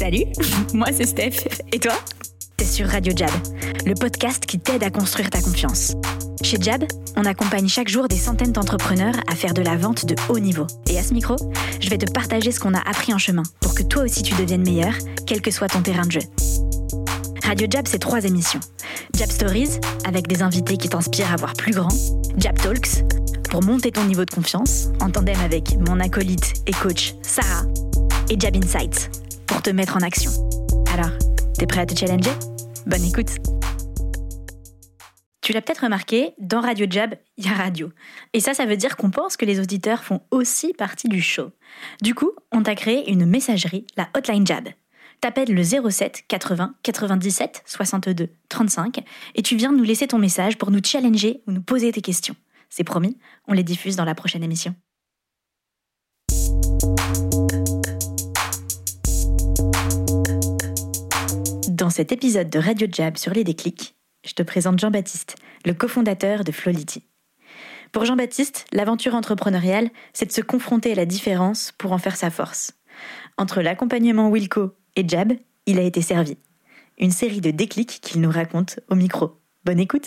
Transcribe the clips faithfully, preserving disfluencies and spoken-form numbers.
Salut, moi c'est Steph. Et toi ? T'es sur Radio Jab, le podcast qui t'aide à construire ta confiance. Chez Jab, on accompagne chaque jour des centaines d'entrepreneurs à faire de la vente de haut niveau. Et à ce micro, je vais te partager ce qu'on a appris en chemin pour que toi aussi tu deviennes meilleur, quel que soit ton terrain de jeu. Radio Jab, c'est trois émissions. Jab Stories, avec des invités qui t'inspirent à voir plus grand. Jab Talks, pour monter ton niveau de confiance, en tandem avec mon acolyte et coach Sarah. Et Jab Insights, pour te mettre en action. Alors, t'es prêt à te challenger ? Bonne écoute. Tu l'as peut-être remarqué, dans Radio Jab, il y a radio. Et ça, ça veut dire qu'on pense que les auditeurs font aussi partie du show. Du coup, on t'a créé une messagerie, la Hotline Jab. T'appelles le zéro sept quatre-vingts quatre-vingt-dix-sept soixante-deux trente-cinq et tu viens nous laisser ton message pour nous challenger ou nous poser tes questions. C'est promis, on les diffuse dans la prochaine émission. Dans cet épisode de Radio Jab sur les déclics, je te présente Jean-Baptiste, le cofondateur de Flowlity. Pour Jean-Baptiste, l'aventure entrepreneuriale, c'est de se confronter à la différence pour en faire sa force. Entre l'accompagnement Wilco et Jab, il a été servi. Une série de déclics qu'il nous raconte au micro. Bonne écoute.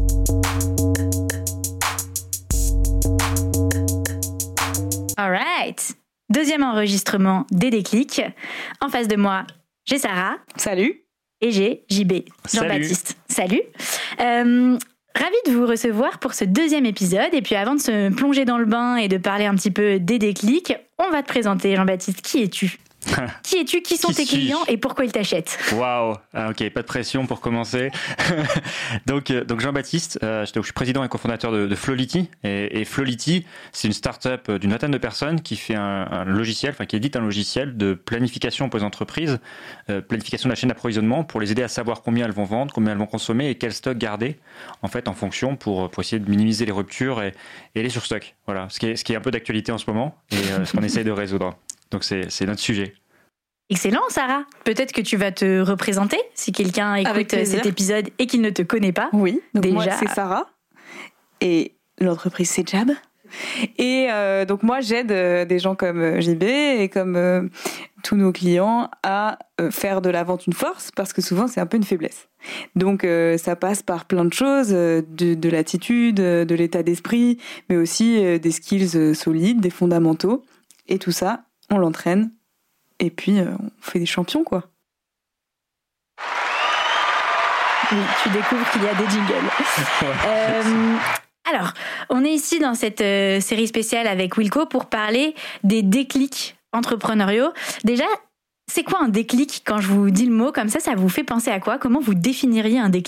Alright. Deuxième enregistrement des déclics. En face de moi, j'ai Sarah. Salut. Et j'ai J B, Jean-Baptiste. Salut. Salut. Euh, ravi de vous recevoir pour ce deuxième épisode. Et puis avant de se plonger dans le bain et de parler un petit peu des déclics, on va te présenter, Jean-Baptiste. Qui es-tu ? Qui es-tu ? Qui sont Qui tes suis-je ? clients et pourquoi ils t'achètent ? Waouh, ah, ok, pas de pression pour commencer. donc, euh, donc Jean-Baptiste, euh, je suis président et cofondateur de, de Flowlity. Et, et Flowlity, c'est une start-up d'une vingtaine de personnes qui fait un, un logiciel, enfin qui édite un logiciel de planification pour les entreprises, euh, planification de la chaîne d'approvisionnement pour les aider à savoir combien elles vont vendre, combien elles vont consommer et quel stock garder, en fait, en fonction pour, pour essayer de minimiser les ruptures et, et les surstocks. Voilà, ce qui est, ce qui est un peu d'actualité en ce moment et euh, ce qu'on essaye de résoudre. Donc c'est, c'est notre sujet. Excellent, Sarah. Peut-être que tu vas te représenter si quelqu'un écoute cet épisode et qu'il ne te connaît pas. Oui, donc déjà. Moi c'est Sarah et l'entreprise c'est Jab. Et euh, donc moi j'aide euh, des gens comme J B et comme euh, tous nos clients à euh, faire de la vente une force parce que souvent c'est un peu une faiblesse. Donc euh, ça passe par plein de choses, euh, de, de l'attitude, euh, de l'état d'esprit, mais aussi euh, des skills euh, solides, des fondamentaux. Et tout ça, on l'entraîne. Et puis, euh, on fait des champions, quoi. Oui, tu découvres qu'il y a des jingles. euh, alors, on est ici dans cette euh, série spéciale avec Wilco pour parler des déclics entrepreneuriaux. Déjà, c'est quoi un déclic ? Quand je vous dis le mot comme ça, ça vous fait penser à quoi ? Comment vous définiriez un déclic ?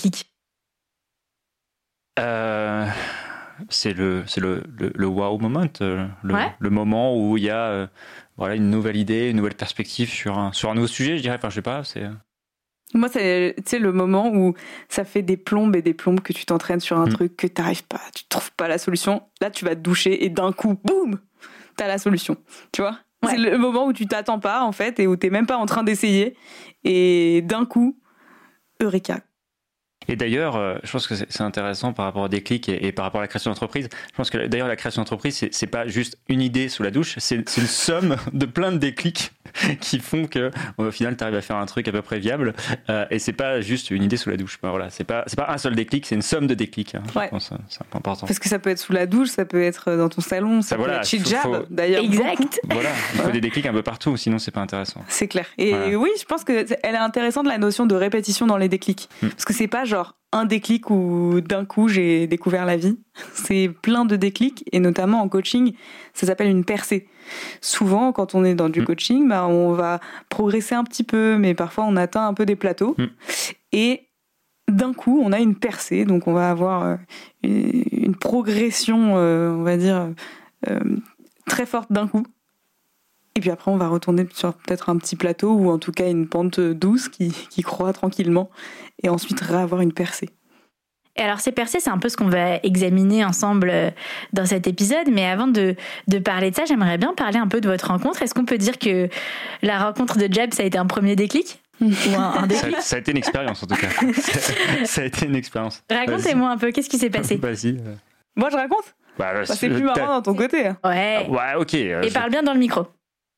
Euh... C'est le c'est le, le, le wow moment, le, ouais. le moment où il y a euh, voilà une nouvelle idée, une nouvelle perspective sur un sur un nouveau sujet, je dirais. Enfin, je sais pas. C'est moi, c'est tu sais le moment où ça fait des plombes et des plombes que tu t'entraînes sur un mmh. truc que t'arrives pas, tu trouves pas la solution. Là, tu vas te doucher et d'un coup, boum, t'as la solution. Tu vois. Ouais. C'est le moment où tu t'attends pas en fait et où t'es même pas en train d'essayer et d'un coup, eureka. Et d'ailleurs, euh, je pense que c'est, c'est intéressant par rapport au déclic et, et par rapport à la création d'entreprise. Je pense que d'ailleurs, la création d'entreprise, c'est, c'est pas juste une idée sous la douche, c'est, c'est une somme de plein de déclics qui font que, au final, tu arrives à faire un truc à peu près viable. Euh, et c'est pas juste une idée sous la douche. Voilà, c'est pas, c'est pas un seul déclic, c'est une somme de déclics. Hein, ouais. Je pense, c'est un peu important. Parce que ça peut être sous la douche, ça peut être dans ton salon, ça, ça peut voilà, être chez faut, Jab, faut... d'ailleurs. Exact. Beaucoup. Voilà, il faut ouais. des déclics un peu partout, sinon c'est pas intéressant. C'est clair. Et voilà. Oui, je pense que elle est intéressante la notion de répétition dans les déclics, hmm. parce que c'est pas genre un déclic où d'un coup j'ai découvert la vie. C'est plein de déclics et notamment en coaching, ça s'appelle une percée. Souvent, quand on est dans du mmh. coaching, bah, on va progresser un petit peu, mais parfois on atteint un peu des plateaux. Mmh. Et d'un coup, on a une percée, donc on va avoir une, une progression, euh, on va dire, euh, très forte d'un coup. Et puis après, on va retourner sur peut-être un petit plateau ou en tout cas une pente douce qui, qui croît tranquillement et ensuite réavoir une percée. Et alors ces percées, c'est un peu ce qu'on va examiner ensemble dans cet épisode. Mais avant de, de parler de ça, j'aimerais bien parler un peu de votre rencontre. Est-ce qu'on peut dire que la rencontre de Jab, ça a été un premier déclic ? Ou un, un déclic ? ça, ça a été une expérience en tout cas. ça a été une expérience. Racontez-moi un peu, qu'est-ce qui s'est passé ? Vas-y. Moi je raconte ? Bah, bah, c'est plus marrant dans ton côté. Ouais. Ouais, ok. Et parle bien dans le micro.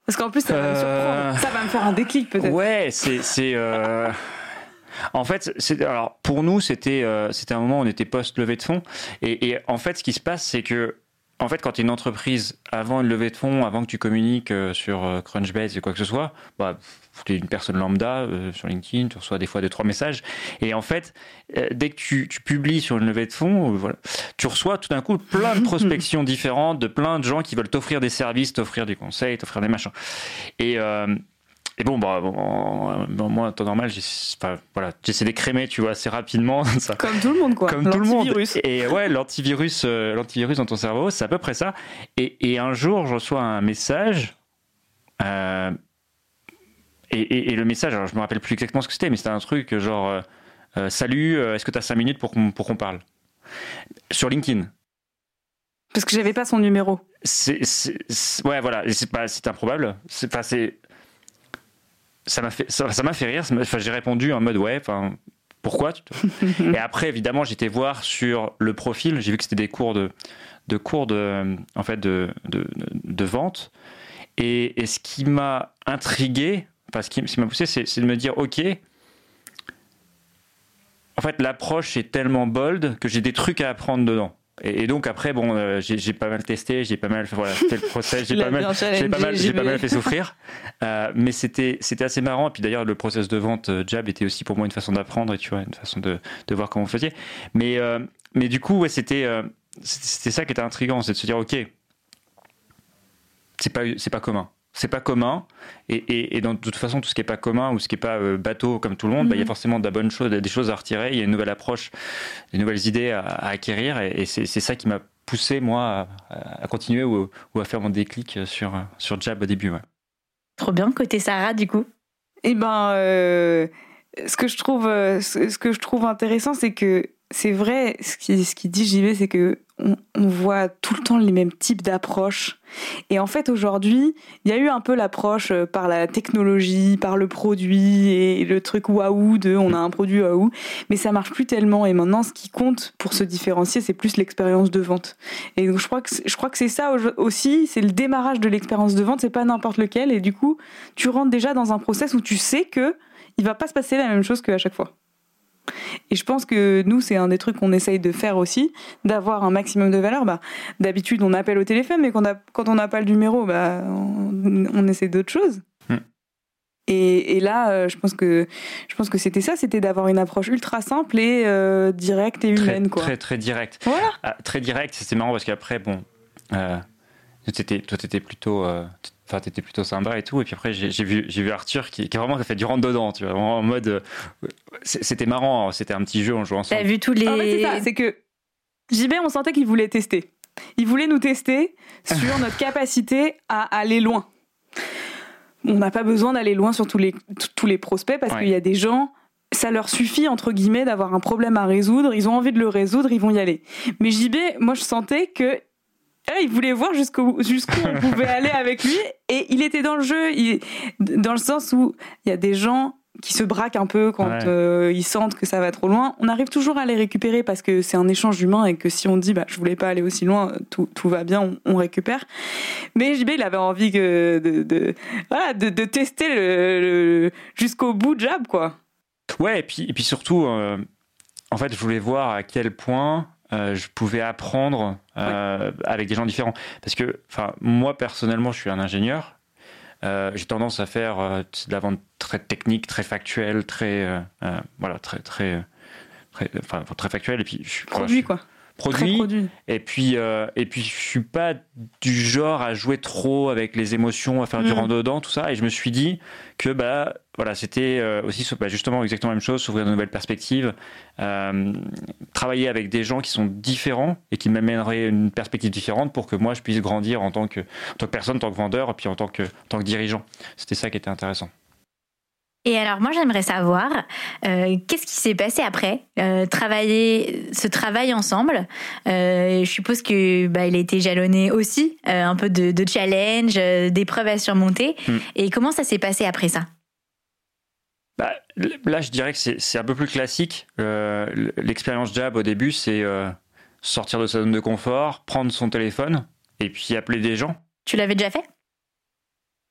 Parce qu'en plus, ça va me surprendre. Ça va me faire un déclic, peut-être. Ouais, c'est... c'est euh... En fait, c'est, alors, pour nous, c'était, euh, c'était un moment où on était post-levée de fonds. Et, et en fait, ce qui se passe, c'est que en fait, quand tu es une entreprise, avant une levée de fonds, avant que tu communiques euh, sur euh, Crunchbase et quoi que ce soit, bah, tu es une personne lambda euh, sur LinkedIn, tu reçois des fois deux, trois messages. Et en fait, euh, dès que tu, tu publies sur une levée de fonds, euh, voilà, tu reçois tout d'un coup plein de prospections différentes de plein de gens qui veulent t'offrir des services, t'offrir des conseils, t'offrir des machins. Et... Euh, Et bon, bah, bon, bon, moi, en temps normal, j'ai, enfin, voilà, j'essaie d'écrémer, tu vois, assez rapidement. Ça. Comme tout le monde, quoi. Comme tout le monde. Et ouais, l'antivirus, euh, l'antivirus dans ton cerveau, c'est à peu près ça. Et, et un jour, je reçois un message. Euh, et, et, et le message, alors je me rappelle plus exactement ce que c'était, mais c'était un truc genre euh, euh, salut, euh, est-ce que tu as cinq minutes pour qu'on, pour qu'on parle sur LinkedIn. Parce que j'avais pas son numéro. C'est, c'est, c'est ouais, voilà, et c'est pas, c'est improbable. C'est pas, c'est Ça m'a fait, ça, ça m'a fait rire. Enfin, j'ai répondu en mode ouais. Enfin, pourquoi tu te... Et après, évidemment, j'étais voir sur le profil. J'ai vu que c'était des cours de, de cours de, en fait, de, de, de vente. Et, et ce qui m'a intrigué, enfin, ce qui, ce qui m'a poussé, c'est, c'est de me dire ok. En fait, l'approche est tellement bold que j'ai des trucs à apprendre dedans. Et, et donc après, bon, euh, j'ai, j'ai pas mal testé, j'ai pas mal, voilà, fait le process, j'ai pas mal, j'ai pas mal, j'ai pas mal fait souffrir. Euh, mais c'était, c'était assez marrant. Et puis d'ailleurs, le process de vente euh, Jab était aussi pour moi une façon d'apprendre et tu vois, une façon de, de voir comment vous faisiez. Mais, euh, mais du coup, ouais, c'était, euh, c'était, c'était ça qui était intriguant, c'est de se dire, ok, c'est pas, c'est pas commun. C'est pas commun, et, et, et dans, de toute façon, tout ce qui n'est pas commun ou ce qui n'est pas euh, bateau comme tout le monde, mm-hmm. bah, y a forcément de la bonne chose, des choses à retirer, il y a une nouvelle approche, des nouvelles idées à, à acquérir, et, et c'est, c'est ça qui m'a poussé, moi, à, à continuer ou, ou à faire mon déclic sur, sur Jab au début. Ouais. Trop bien, côté Sarah, du coup. Eh ben, euh, ce que je trouve, euh, ce que je trouve intéressant, c'est que c'est vrai, ce qui, ce qui dit J B, c'est que on, on voit tout le temps les mêmes types d'approches. Et en fait, aujourd'hui, il y a eu un peu l'approche par la technologie, par le produit et le truc waouh de on a un produit waouh, mais ça marche plus tellement. Et maintenant, ce qui compte pour se différencier, c'est plus l'expérience de vente. Et donc, je crois que je crois que c'est ça aussi, c'est le démarrage de l'expérience de vente. C'est pas n'importe lequel. Et du coup, tu rentres déjà dans un process où tu sais que il va pas se passer la même chose qu'à chaque fois. Et je pense que nous, c'est un des trucs qu'on essaye de faire aussi, d'avoir un maximum de valeur. Bah, d'habitude, on appelle au téléphone, mais quand on a, quand on n'a pas le numéro, bah, on, on essaie d'autres choses. Mm. Et, et là, euh, je pense que je pense que c'était ça, c'était d'avoir une approche ultra simple et euh, directe et humaine, très, quoi. Très très directe. Voilà. Ah, très direct. C'est marrant parce qu'après, bon, euh, t'étais, toi, t'étais plutôt. Euh, Enfin, t'étais plutôt sympa et tout. Et puis après, j'ai, j'ai, vu, j'ai vu Arthur qui, qui a vraiment fait du rentre-dedans, tu vois, vraiment en mode. Euh, c'était marrant, c'était un petit jeu, on jouait ensemble. T'as vu tous les. En fait, c'est ça, c'est que J B, on sentait qu'il voulait tester. Il voulait nous tester sur notre capacité à aller loin. On n'a pas besoin d'aller loin sur tous les, tous les prospects parce ouais. qu'il y a des gens. Ça leur suffit, entre guillemets, d'avoir un problème à résoudre. Ils ont envie de le résoudre, ils vont y aller. Mais J B, moi, je sentais que. Ah, il voulait voir jusqu'où, jusqu'où on pouvait aller avec lui, et il était dans le jeu, il, dans le sens où il y a des gens qui se braquent un peu quand ouais. euh, ils sentent que ça va trop loin. On arrive toujours à les récupérer parce que c'est un échange humain et que si on dit bah je voulais pas aller aussi loin, tout, tout va bien, on, on récupère. Mais J B, il avait envie que de, de, voilà, de, de tester le, le, jusqu'au bout de Jab, quoi. Ouais, et puis, et puis surtout, euh, en fait, je voulais voir à quel point Euh, je pouvais apprendre euh, ouais. avec des gens différents. Parce que moi, personnellement, je suis un ingénieur. Euh, j'ai tendance à faire euh, de la vente très technique, très factuelle, très, euh, euh, voilà, très, très, très, enfin, très factuelle. Et puis, je suis produit, quoi. Produit, produit. Et puis, euh, et puis, je suis pas du genre à jouer trop avec les émotions, à faire mmh. du rentre-dedans, tout ça. Et je me suis dit que, bah, voilà, c'était aussi bah, justement exactement la même chose, s'ouvrir de nouvelles perspectives, euh, travailler avec des gens qui sont différents et qui m'amèneraient une perspective différente pour que moi je puisse grandir en tant que, en tant que personne, en tant que vendeur et puis en tant que, en tant que dirigeant. C'était ça qui était intéressant. Et alors moi j'aimerais savoir euh, qu'est-ce qui s'est passé après euh, travailler ce travail ensemble. Euh, je suppose que bah, il a été jalonné aussi euh, un peu de, de challenge, euh, d'épreuves à surmonter. Mmh. Et comment ça s'est passé après ça? Bah, là, je dirais que c'est, c'est un peu plus classique. Euh, l'expérience Jab au début, c'est euh, sortir de sa zone de confort, prendre son téléphone et puis appeler des gens. Tu l'avais déjà fait ?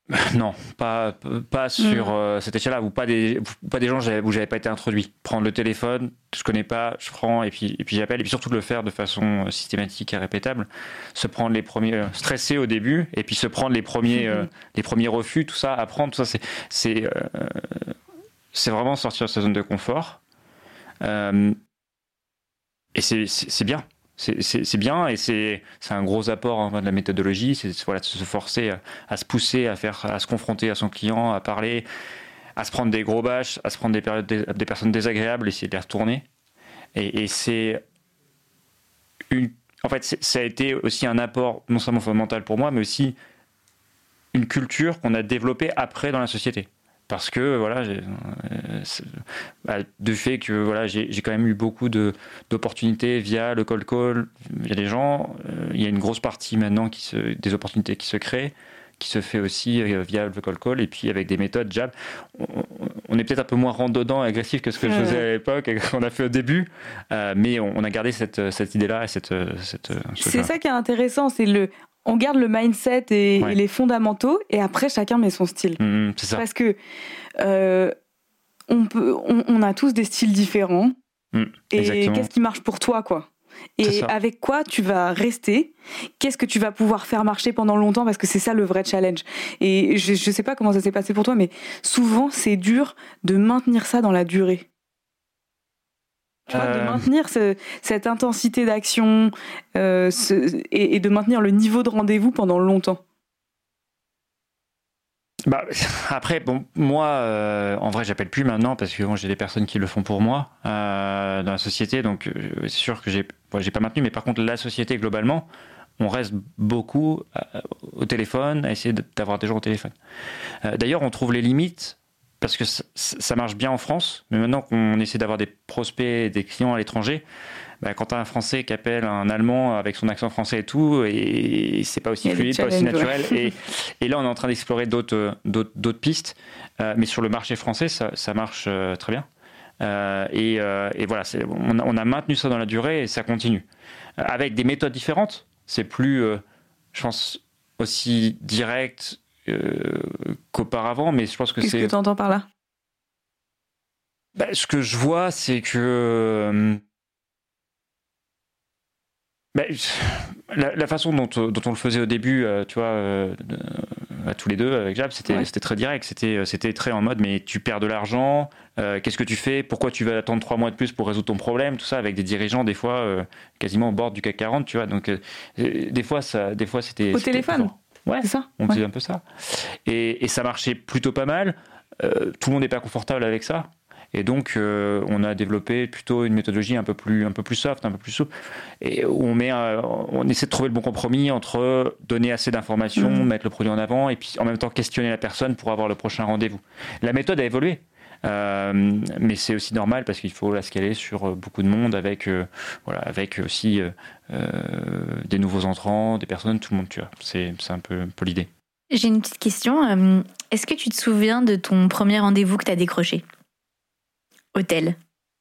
Non, pas, pas sur mmh. euh, cette échelle-là, ou pas des, pas des gens où j'avais pas été introduit. Prendre le téléphone, je connais pas, je prends et puis, et puis j'appelle, et puis surtout de le faire de façon systématique et répétable. Se prendre les premiers, euh, stresser au début, et puis se prendre les premiers, mmh. euh, les premiers refus, tout ça, apprendre, tout ça, c'est, c'est, euh, c'est vraiment sortir de sa zone de confort. Euh, et c'est, c'est, c'est bien. C'est, c'est, c'est bien et c'est, c'est un gros apport hein, de la méthodologie, c'est voilà, de se forcer à, à se pousser, à, faire, à se confronter à son client, à parler, à se prendre des gros bâches, à se prendre des, périodes, des, des personnes désagréables, essayer de les retourner. Et, et c'est une, en fait, c'est, ça a été aussi un apport non seulement fondamental pour moi, mais aussi une culture qu'on a développée après dans la société. Parce que voilà, j'ai, euh, bah, du fait que voilà, j'ai, j'ai quand même eu beaucoup de, d'opportunités via le cold call, via les gens. Euh, il y a une grosse partie maintenant qui se, des opportunités qui se créent, qui se fait aussi euh, via le cold call et puis avec des méthodes Jab. On, on est peut-être un peu moins rentre-dedans, agressif que ce que je faisais à l'époque et qu'on a fait au début, euh, mais on, on a gardé cette, cette idée-là et cette, cette. C'est ça qui est intéressant, c'est le. On garde le mindset et, ouais. et les fondamentaux, et après chacun met son style. Mmh, c'est ça. Parce que euh, on peut, on, on a tous des styles différents. Mmh, et exactement. Qu'est-ce qui marche pour toi, quoi ? Et avec quoi tu vas rester ? Qu'est-ce que tu vas pouvoir faire marcher pendant longtemps ? Parce que c'est ça le vrai challenge. Et je, je sais pas comment ça s'est passé pour toi, mais souvent c'est dur de maintenir ça dans la durée. Tu vois, euh... de maintenir ce, cette intensité d'action euh, ce, et, et de maintenir le niveau de rendez-vous pendant longtemps. Bah, après, bon, moi, euh, en vrai, j'appelle plus maintenant parce que bon, j'ai des personnes qui le font pour moi euh, dans la société, donc euh, c'est sûr que j'ai, bon, j'ai pas maintenu, mais par contre, la société globalement, on reste beaucoup euh, au téléphone, à essayer d'avoir des gens au téléphone. Euh, d'ailleurs, on trouve les limites. Parce que ça marche bien en France, mais maintenant qu'on essaie d'avoir des prospects, des clients à l'étranger, bah quand tu as un Français qui appelle un Allemand avec son accent français et tout, et c'est pas aussi fluide, pas aussi naturel. Ouais. Et, et là, on est en train d'explorer d'autres, d'autres, d'autres pistes, euh, mais sur le marché français, ça, ça marche euh, très bien. Euh, et, euh, et voilà, c'est, on, a, on a maintenu ça dans la durée et ça continue. Euh, avec des méthodes différentes, c'est plus, euh, je pense, aussi direct Euh, qu'auparavant, mais je pense que Qu'est-ce c'est... Qu'est-ce que tu entends par là ? Bah, ce que je vois, c'est que euh, bah, la, la façon dont, dont on le faisait au début, euh, tu vois, euh, à tous les deux avec Jab, c'était, ouais. c'était très direct, c'était, c'était très en mode, mais tu perds de l'argent, euh, qu'est-ce que tu fais ? Pourquoi tu vas attendre trois mois de plus pour résoudre ton problème ? Tout ça avec des dirigeants, des fois, euh, quasiment au bord du C A C quarante, tu vois, donc euh, des fois, ça, des fois c'était... Au c'était téléphone ? Ouais, c'est ça. On ouais. faisait un peu ça. Et, et ça marchait plutôt pas mal. Euh, tout le monde n'est pas confortable avec ça. Et donc, euh, on a développé plutôt une méthodologie un peu plus, un peu plus soft, un peu plus souple. Et où on, met, euh, on essaie de trouver le bon compromis entre donner assez d'informations, mmh. mettre le produit en avant, et puis en même temps questionner la personne pour avoir le prochain rendez-vous. La méthode a évolué. Euh, mais c'est aussi normal parce qu'il faut la scaler sur beaucoup de monde avec, euh, voilà, avec aussi euh, euh, des nouveaux entrants, des personnes, tout le monde, tu vois. C'est, c'est un peu, un peu l'idée. J'ai une petite question. Euh, est-ce que tu te souviens de ton premier rendez-vous que tu as décroché ? Hôtel.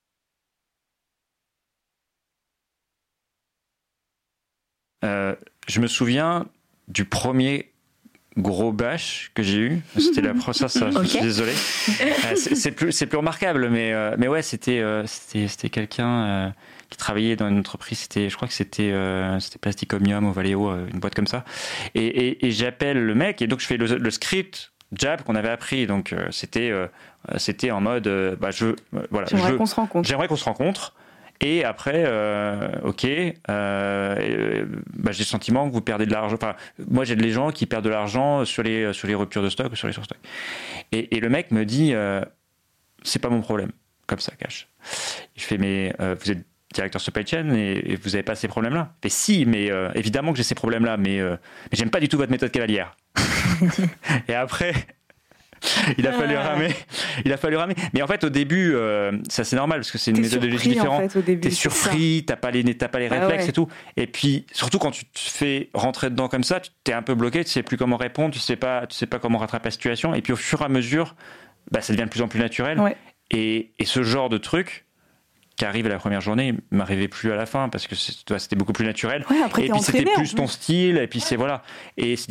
Euh, je me souviens du premier gros bâche que j'ai eu, c'était la première, ça, ça okay. Je suis désolé. Euh, c'est, c'est plus, c'est plus remarquable, mais euh, mais ouais, c'était euh, c'était c'était quelqu'un euh, qui travaillait dans une entreprise. C'était, je crois que c'était euh, c'était Plasticomium au Valeo, euh, une boîte comme ça. Et, et et j'appelle le mec et donc je fais le, le script Jab qu'on avait appris. Donc euh, c'était euh, c'était en mode euh, bah je euh, voilà. J'aimerais je, qu'on se rencontre. J'aimerais qu'on se rencontre. Et après, euh, ok, euh, bah, j'ai le sentiment que vous perdez de l'argent. Enfin, moi, j'ai des gens qui perdent de l'argent sur les sur les ruptures de stock ou sur les surstocks. Et, et le mec me dit, euh, c'est pas mon problème, comme ça, cash. Je fais, mais euh, vous êtes directeur supply chain et, et vous avez pas ces problèmes-là. Je fais, si, mais euh, évidemment que j'ai ces problèmes-là, mais, euh, mais j'aime pas du tout votre méthode cavalière. Et après. Il a fallu ramer, il a fallu ramer. Mais en fait, au début, euh, ça c'est normal parce que c'est une t'es méthodologie différente. En fait, au début, t'es surpris, t'as pas les, t'as pas les réflexes ah ouais. et tout. Et puis, surtout quand tu te fais rentrer dedans comme ça, tu t'es un peu bloqué, tu sais plus comment répondre, tu sais pas, tu sais pas comment rattraper la situation. Et puis, au fur et à mesure, bah, ça devient de plus en plus naturel. Ouais. Et, et ce genre de truc qui arrive à la première journée m'arrivait plus à la fin parce que c'était beaucoup plus naturel. Ouais, après, et t'es puis entraîné, c'était plus ton style. Et puis c'est voilà. Et se dire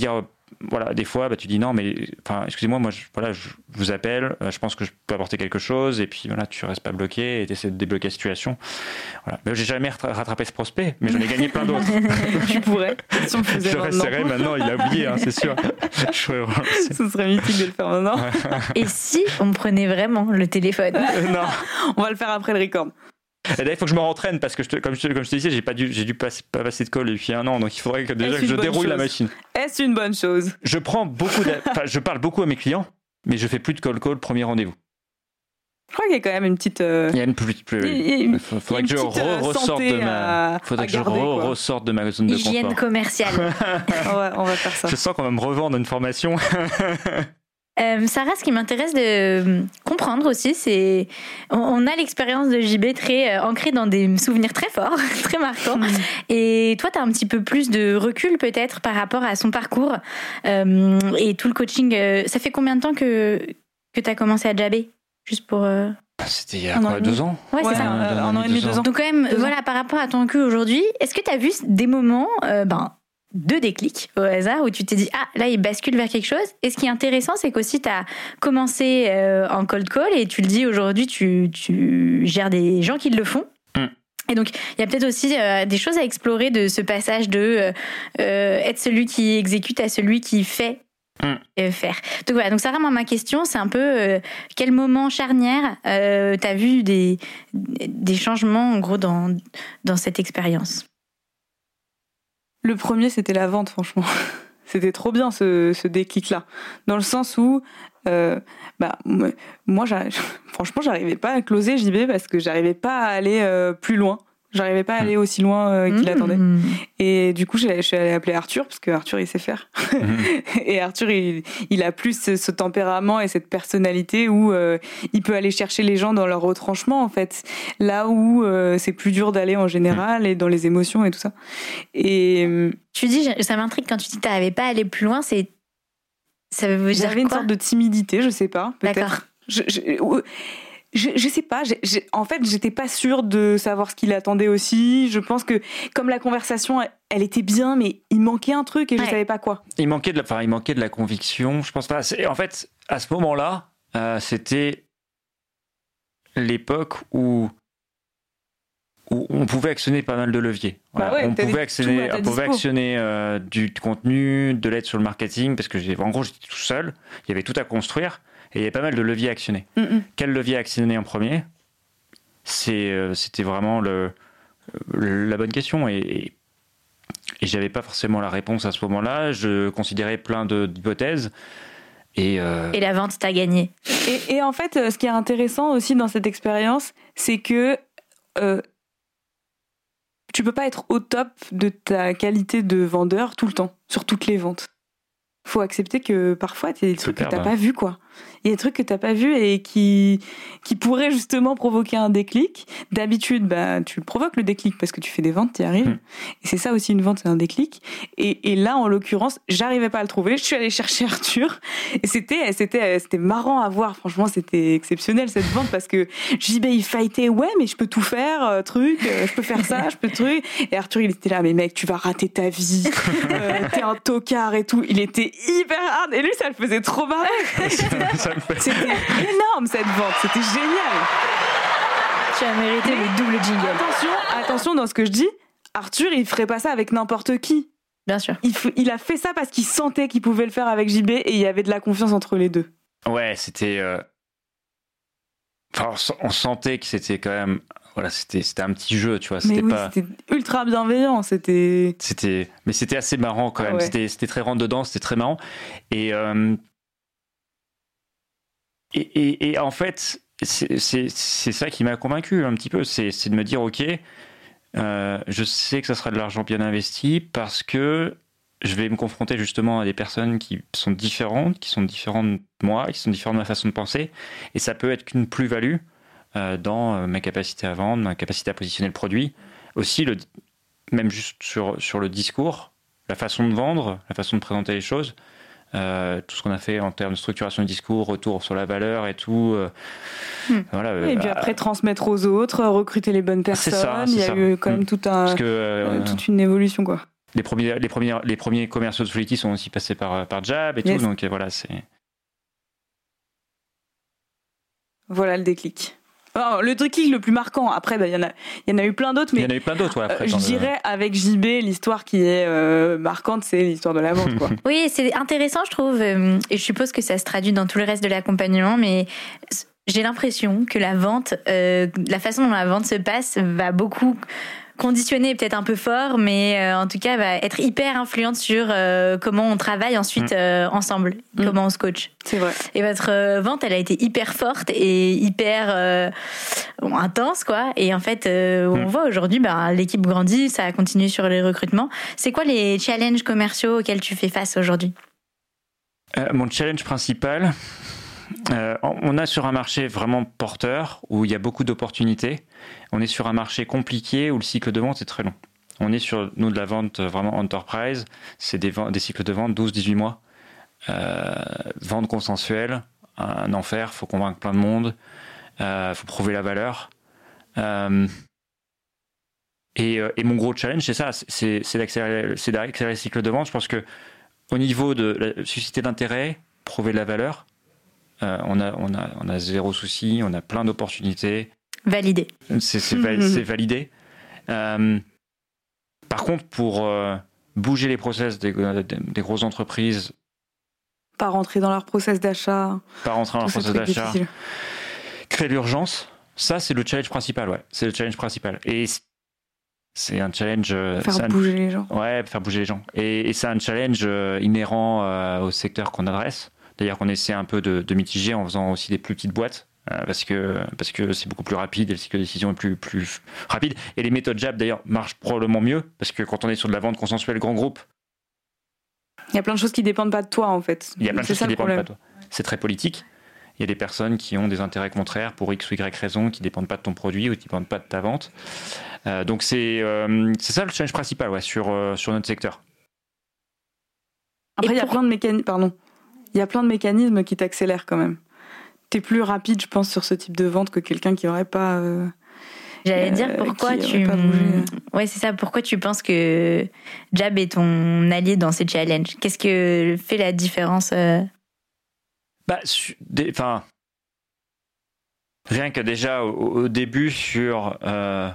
voilà, des fois, bah, tu dis non, mais enfin, excusez-moi, moi, je, voilà, je vous appelle, euh, je pense que je peux apporter quelque chose, et puis voilà, tu restes pas bloqué, et tu essaies de débloquer la situation. Voilà. Mais j'ai jamais rattrapé ce prospect, mais j'en ai gagné plein d'autres. Tu pourrais, si on le faisait je maintenant. resterai maintenant, il a oublié, hein, c'est sûr. Je... Ce serait mythique de le faire maintenant. Et si on prenait vraiment le téléphone? euh, Non. On va le faire après le record. Et d'ailleurs, il faut que je me rentraîne parce que, je te, comme, je, comme je te disais, j'ai, pas dû, j'ai dû passer, pas passer de call depuis un an, donc il faudrait que déjà Est-ce que je une bonne déroule chose la machine. Est-ce une bonne chose? Je prends beaucoup, de, enfin, je parle beaucoup à mes clients, mais je fais plus de call call premier rendez-vous. Je crois qu'il y a quand même une petite. Euh... Il y a une plus. plus il, il, faudrait il que je re- ressorte de ma. À, faudrait à que garder, je re- ressorte de ma zone de confort. Hygiène commerciale. Ouais, on va faire ça. Je sens qu'on va me revendre une formation. Euh, Sarah, ce qui m'intéresse de comprendre aussi, c'est on, on a l'expérience de J B très euh, ancrée dans des souvenirs très forts, très marquants. Mmh. Et toi, tu as un petit peu plus de recul peut-être par rapport à son parcours euh, et tout le coaching. Euh, ça fait combien de temps que, que tu as commencé à jabber? Juste pour... Euh... C'était il y a quoi, deux ans? Ouais, ouais, c'est ça. Euh, un an et demi, deux ans. Donc quand même, deux voilà, ans. par rapport à ton cul aujourd'hui, est-ce que tu as vu des moments... Euh, ben, deux déclics au hasard où tu t'es dit ah là il bascule vers quelque chose, et ce qui est intéressant c'est qu'aussi tu as commencé euh, en cold call et tu le dis aujourd'hui tu, tu gères des gens qui le font mm. Et donc il y a peut-être aussi euh, des choses à explorer de ce passage de euh, être celui qui exécute à celui qui fait mm. euh, faire. Donc voilà, donc Sarah, moi ma question c'est un peu euh, quel moment charnière euh, tu as vu des, des changements en gros dans, dans cette expérience? Le premier, c'était la vente, franchement. C'était trop bien, ce, ce déclic-là. Dans le sens où, euh, bah, moi, franchement, j'arrivais pas à closer J B parce que j'arrivais pas à aller euh, plus loin. J'arrivais pas à aller aussi loin euh, qu'il mmh. attendait. Et du coup, je suis allée appeler Arthur, parce que Arthur, il sait faire. Mmh. Et Arthur, il, il a plus ce, ce tempérament et cette personnalité où euh, il peut aller chercher les gens dans leur retranchement, en fait. Là où euh, c'est plus dur d'aller en général, mmh. et dans les émotions et tout ça. Et tu dis, ça m'intrigue quand tu dis que tu n'arrivais pas à aller plus loin, c'est... Ça veut dire J'avais une sorte de timidité, je sais pas, peut-être. D'accord. Je, je, Je, je sais pas, j'ai, j'ai, en fait, j'étais pas sûre de savoir ce qu'il attendait aussi. Je pense que, comme la conversation, elle, elle était bien, mais il manquait un truc et ouais. je savais pas quoi. Il manquait de la, enfin, il manquait de la conviction, je pense pas. C'est, en fait, à ce moment-là, euh, c'était l'époque où, où on pouvait actionner pas mal de leviers. Voilà. Bah ouais, on pouvait actionner, on pouvait actionner euh, du contenu, de l'aide sur le marketing, parce que j'ai, en gros, j'étais tout seul, il y avait tout à construire. Et il y avait pas mal de leviers à actionner. Mm-mm. Quel levier actionner en premier ? C'est, euh, c'était vraiment le, le, la bonne question. Et, et, et j'avais pas forcément la réponse à ce moment-là. Je considérais plein de, d'hypothèses. Et, euh... et la vente t'a gagné. Et, et en fait, ce qui est intéressant aussi dans cette expérience, c'est que euh, tu peux pas être au top de ta qualité de vendeur tout le temps, sur toutes les ventes. Faut accepter que parfois, il y a des trucs que t'as pas vu, quoi. Il y a des trucs que t'as pas vu et qui, qui pourraient justement provoquer un déclic. D'habitude, bah, tu provoques le déclic parce que tu fais des ventes, t'y arrives. Mmh. Et c'est ça aussi, une vente, c'est un déclic. Et, et là, en l'occurrence, j'arrivais pas à le trouver. Je suis allée chercher Arthur. Et c'était, c'était, c'était marrant à voir. Franchement, c'était exceptionnel, cette vente, parce que J B, il fightait, ouais, mais je peux tout faire, euh, truc, euh, je peux faire ça, je peux truc. Et Arthur, il était là, mais mec, tu vas rater ta vie. Euh, t'es un tocard et tout. Il était hyper hard. Et lui, ça le faisait trop marrer. C'était énorme, cette vente, c'était génial. Tu as mérité mais le double jingle. Attention, attention dans ce que je dis, Arthur, il ferait pas ça avec n'importe qui. Bien sûr. Il, f- il a fait ça parce qu'il sentait qu'il pouvait le faire avec J B et il y avait de la confiance entre les deux. Ouais, c'était... Euh... Enfin, on sentait que c'était quand même... Voilà, c'était, c'était un petit jeu, tu vois. C'était mais oui, pas... c'était ultra bienveillant, c'était... c'était... Mais c'était assez marrant quand même, ah ouais. c'était, c'était très rentre-dedans, c'était très marrant. Et... Euh... Et, et, et en fait, c'est, c'est, c'est ça qui m'a convaincu un petit peu, c'est, c'est de me dire, ok, euh, je sais que ça sera de l'argent bien investi parce que je vais me confronter justement à des personnes qui sont différentes, qui sont différentes de moi, qui sont différentes de ma façon de penser, et ça peut être qu'une plus-value euh, dans ma capacité à vendre, ma capacité à positionner le produit, aussi le, même juste sur, sur le discours, la façon de vendre, la façon de présenter les choses. Euh, tout ce qu'on a fait en termes de structuration du discours, retour sur la valeur et tout. Euh, hmm. voilà, euh, et puis après, euh, transmettre aux autres, recruter les bonnes personnes. C'est ça, c'est il y a ça. eu quand même hmm. tout un, que, euh, euh, toute une évolution, quoi. les premiers, les premiers, les premiers commerciaux de Flolity sont aussi passés par, par Jab et yes. tout. Donc voilà, c'est. Voilà le déclic. Alors, le déclic le plus marquant, après, il bah, y, y en a eu plein d'autres, mais. Il y en a eu plein d'autres, ouais, après. Euh, je dirais, le... avec J B, l'histoire qui est euh, marquante, c'est l'histoire de la vente, quoi. Oui, c'est intéressant, je trouve, euh, et je suppose que ça se traduit dans tout le reste de l'accompagnement, mais j'ai l'impression que la vente, euh, la façon dont la vente se passe va beaucoup conditionner, peut-être un peu fort, mais euh, en tout cas va être hyper influente sur euh, comment on travaille ensuite euh, ensemble, mmh. comment on se coach. C'est vrai. Et votre euh, vente, elle a été hyper forte et hyper euh, bon, intense, quoi. Et en fait, euh, mmh. on voit aujourd'hui, bah, l'équipe grandit, ça a continué sur les recrutements. C'est quoi les challenges commerciaux auxquels tu fais face aujourd'hui ? euh, Mon challenge principal, Euh, on a sur un marché vraiment porteur où il y a beaucoup d'opportunités. On est sur un marché compliqué où le cycle de vente est très long. On est sur, nous, de la vente vraiment enterprise. C'est des, des cycles de vente douze à dix-huit mois. Euh, vente consensuelle, un enfer, il faut convaincre plein de monde. Il euh, faut prouver la valeur. Euh, et, et mon gros challenge, c'est ça, c'est, c'est, d'accélérer, c'est d'accélérer le cycle de vente. Je pense qu'au niveau de la, susciter l'intérêt, prouver de la valeur, Euh, on, a, on, a, on a zéro souci, on a plein d'opportunités. Validé. C'est, c'est, val, c'est validé. Euh, par contre, pour euh, bouger les process des, des, des grosses entreprises... Pas rentrer dans leur process d'achat. Pas rentrer dans leur process d'achat. Difficile. Créer l'urgence, ça c'est le challenge principal, ouais. C'est le challenge principal. Et c'est un challenge... Faire un, bouger les gens. Ouais, faire bouger les gens. Et, et c'est un challenge euh, inhérent euh, au secteur qu'on adresse. D'ailleurs, qu'on essaie un peu de, de mitiger en faisant aussi des plus petites boîtes, euh, parce que parce que c'est beaucoup plus rapide et le cycle de décision est plus plus rapide. Et les méthodes Jab d'ailleurs marchent probablement mieux, parce que quand on est sur de la vente consensuelle grand groupe, il y a plein de choses qui dépendent pas de toi en fait. Il y a plein de c'est choses qui dépendent pas de toi. C'est très politique. Il y a des personnes qui ont des intérêts contraires pour X ou Y raison, qui dépendent pas de ton produit ou qui dépendent pas de ta vente. Euh, donc c'est euh, c'est ça le challenge principal, ouais, sur euh, sur notre secteur. Après, il y a plein de mécanismes, pardon. Il y a plein de mécanismes qui t'accélèrent quand même. T'es plus rapide, je pense, sur ce type de vente que quelqu'un qui aurait pas. Euh, J'allais dire pourquoi euh, tu. Ouais, c'est ça. Pourquoi tu penses que Jab est ton allié dans ces challenges ? Qu'est-ce que fait la différence euh... Bah, enfin, rien que déjà au, au début sur euh,